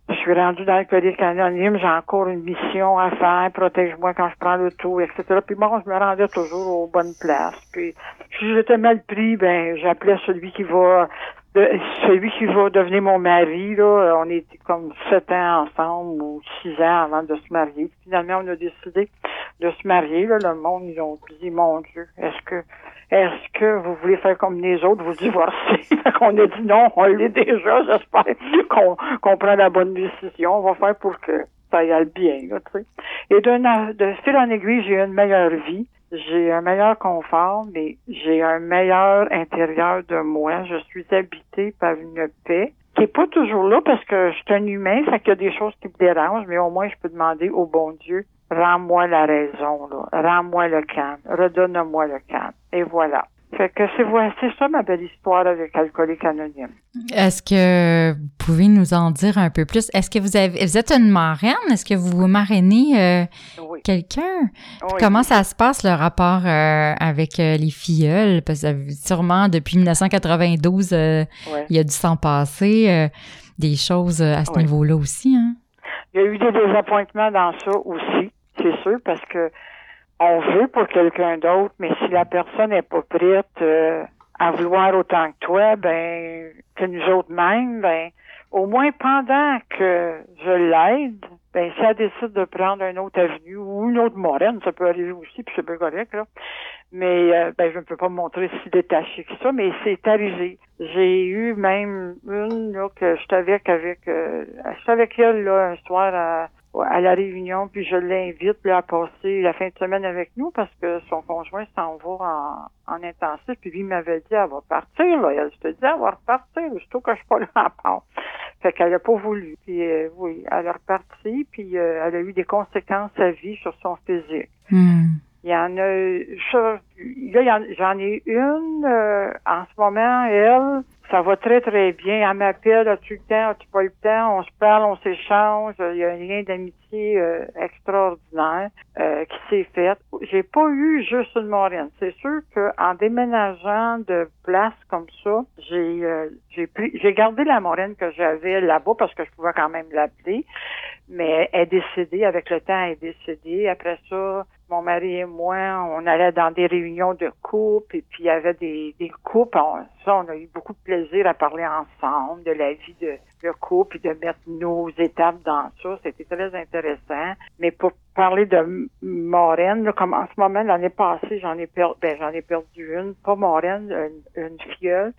je suis rendue dans l'alcoolique anonyme, j'ai encore une mission à faire, protège-moi quand je prends l'auto, et cetera. Puis bon, je me rendais toujours aux bonnes places. Puis si j'étais mal pris, ben j'appelais celui qui va de, celui qui va devenir mon mari, là. On était comme sept ans ensemble ou six ans avant de se marier. Puis finalement, on a décidé de se marier, là. Le monde, ils ont dit, mon Dieu, est-ce que Est-ce que vous voulez faire comme les autres, vous divorcer? Fait qu'on a dit non, on l'est déjà, j'espère qu'on, qu'on prend la bonne décision. On va faire pour que ça aille bien, là, tu sais. Et d'un, de fil en aiguille, j'ai une meilleure vie. J'ai un meilleur confort, mais j'ai un meilleur intérieur de moi. Je suis habitée par une paix qui est pas toujours là parce que je suis un humain, fait qu'il y a des choses qui me dérangent, mais au moins je peux demander au bon Dieu, rends-moi la raison, là. Rends-moi le calme. Redonne-moi le calme. Et voilà. Fait que c'est, c'est ça ma belle histoire avec Alcoolique Anonyme. Est-ce que vous pouvez nous en dire un peu plus? Est-ce que vous avez, vous êtes une marraine? Est-ce que vous marrainez euh, oui. quelqu'un? Oui. Comment ça se passe, le rapport euh, avec euh, les filleuls? Parce que sûrement, depuis dix-neuf cent quatre-vingt-douze, euh, oui. il y a dû s'en passer euh, des choses à ce oui. niveau-là aussi, hein? Il y a eu des désappointements dans ça aussi, c'est sûr, parce que on veut pour quelqu'un d'autre, mais si la personne n'est pas prête euh, à vouloir autant que toi, ben que nous autres mêmes, ben au moins pendant que je l'aide, ben si elle décide de prendre une autre avenue ou une autre moraine, ça peut arriver aussi, puis c'est bien correct, là. Mais euh, ben je ne peux pas me montrer si détaché que ça, mais c'est arrivé. J'ai eu même une là que j'étais avec avec euh, j'étais avec elle là un soir à à la réunion, puis je l'invite là, à passer la fin de semaine avec nous parce que son conjoint s'en va en, en intensif, puis lui m'avait dit elle va partir, là. Elle, je te dis, elle va repartir, surtout que je suis pas là à part. Fait qu'elle a pas voulu. Puis euh, oui, elle est repartie, puis euh, elle a eu des conséquences à vie sur son physique. Mm. Il y en a je, là, il y en, j'en ai une euh, en ce moment, elle, ça va très, très bien. Elle m'appelle, as-tu le temps, as-tu pas le temps? On se parle, on s'échange. Il y a un lien d'amitié euh, extraordinaire euh, qui s'est fait. J'ai pas eu juste une marraine. C'est sûr qu'en déménageant de place comme ça, j'ai euh, j'ai pris, j'ai gardé la marraine que j'avais là-bas parce que je pouvais quand même l'appeler. Mais elle est décédée, avec le temps, elle est décédée. Après ça, mon mari et moi, on allait dans des réunions de couple, et puis il y avait des, des couples. On, ça, on a eu beaucoup de plaisir à parler ensemble de la vie de, de couple, et de mettre nos étapes dans ça. C'était très intéressant. Mais pour parler de marraine, là, comme en ce moment, l'année passée, j'en ai perdu, ben, j'en ai perdu une, pas marraine, une, une filleule.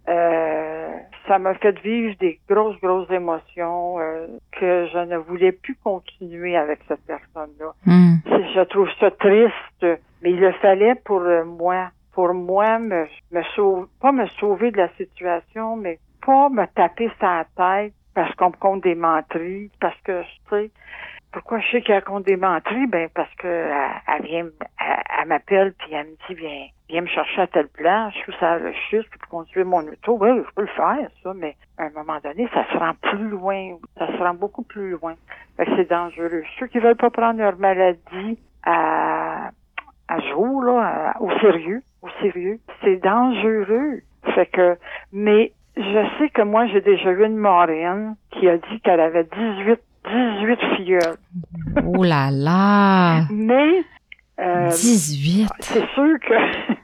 Euh, ça m'a fait vivre des grosses, grosses émotions euh, que je ne voulais plus continuer avec cette personne-là. Mm. Je trouve ça triste, mais il le fallait pour moi. Pour moi, me, me sauver, pas me sauver de la situation, mais pas me taper sa tête parce qu'on me compte des menteries, parce que, tu sais, pourquoi je sais qu'elle compte des menteries? Ben, parce que elle, elle vient, elle, elle m'appelle puis elle me dit, viens, viens me chercher à telle place, je suis sur le chute pour conduire mon auto. Oui, je peux le faire, ça, mais à un moment donné, ça se rend plus loin. Ça se rend beaucoup plus loin. Fait que c'est dangereux. Ceux qui veulent pas prendre leur maladie à, à jour, là, à, au sérieux, au sérieux, c'est dangereux. Fait que, mais je sais que moi, j'ai déjà eu une marraine qui a dit qu'elle avait dix-huit dix-huit filleuls. Oh là là! Mais euh, dix-huit! C'est sûr que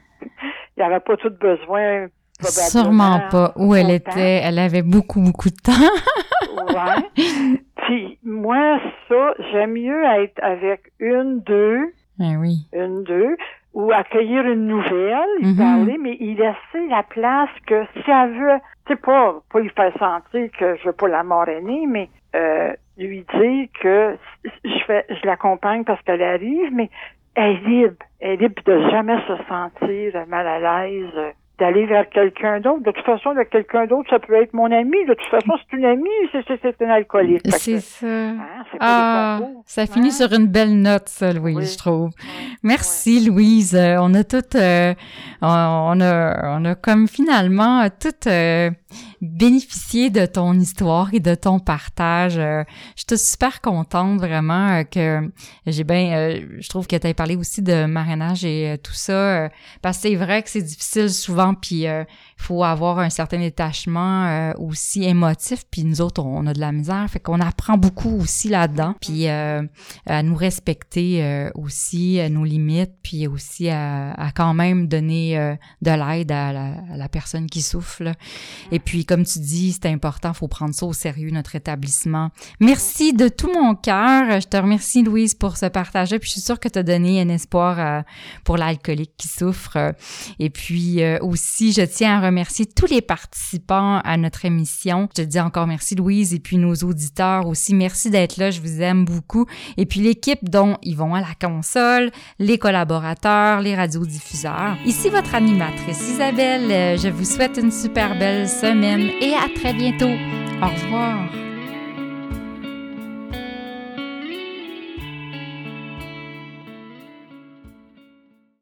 il n'y avait pas tout besoin. Sûrement pas. Où elle était, elle avait beaucoup, beaucoup de temps. Ouais. Puis moi, ça, j'aime mieux être avec une, deux. Ah oui. Une, deux. Ou accueillir une nouvelle, y mm-hmm. parler, mais y laisser la place que si elle veut, tu sais, pas, pas lui faire sentir que je veux pas la marrainer, mais euh, lui dire que je fais, je l'accompagne parce qu'elle arrive, mais elle est libre. Elle est libre de jamais se sentir mal à l'aise, d'aller vers quelqu'un d'autre. De toute façon, de quelqu'un d'autre, ça peut être mon ami. De toute façon, c'est une amie, c'est, c'est, c'est une alcoolique. C'est que, ça. Hein, c'est ah, ça finit hein? sur une belle note, ça, Louise, oui. je trouve. Oui. Merci, oui. Louise. Euh, on a tout, euh, on, on a, on a comme finalement tout euh, bénéficié de ton histoire et de ton partage. Euh, je suis super contente vraiment euh, que j'ai bien, euh, je trouve que tu as parlé aussi de marrainage et euh, tout ça, euh, parce que c'est vrai que c'est difficile souvent. Puis il euh, faut avoir un certain détachement euh, aussi émotif, puis nous autres, on a de la misère, fait qu'on apprend beaucoup aussi là-dedans, puis euh, à nous respecter euh, aussi, à nos limites, puis aussi à, à quand même donner euh, de l'aide à la, à la personne qui souffre, là. Et puis, comme tu dis, c'est important, faut prendre ça au sérieux, notre établissement. Merci de tout mon cœur. Je te remercie, Louise, pour ce partage. Puis, je suis sûre que tu as donné un espoir euh, pour l'alcoolique qui souffre. Et puis, euh, aussi, je tiens à remercier tous les participants à notre émission. Je te dis encore merci, Louise, et puis nos auditeurs aussi. Merci d'être là. Je vous aime beaucoup. Et puis, l'équipe dont ils vont à la console, les collaborateurs, les radiodiffuseurs. Ici, votre animatrice Isabelle. Je vous souhaite une super belle semaine et à très bientôt. Au revoir.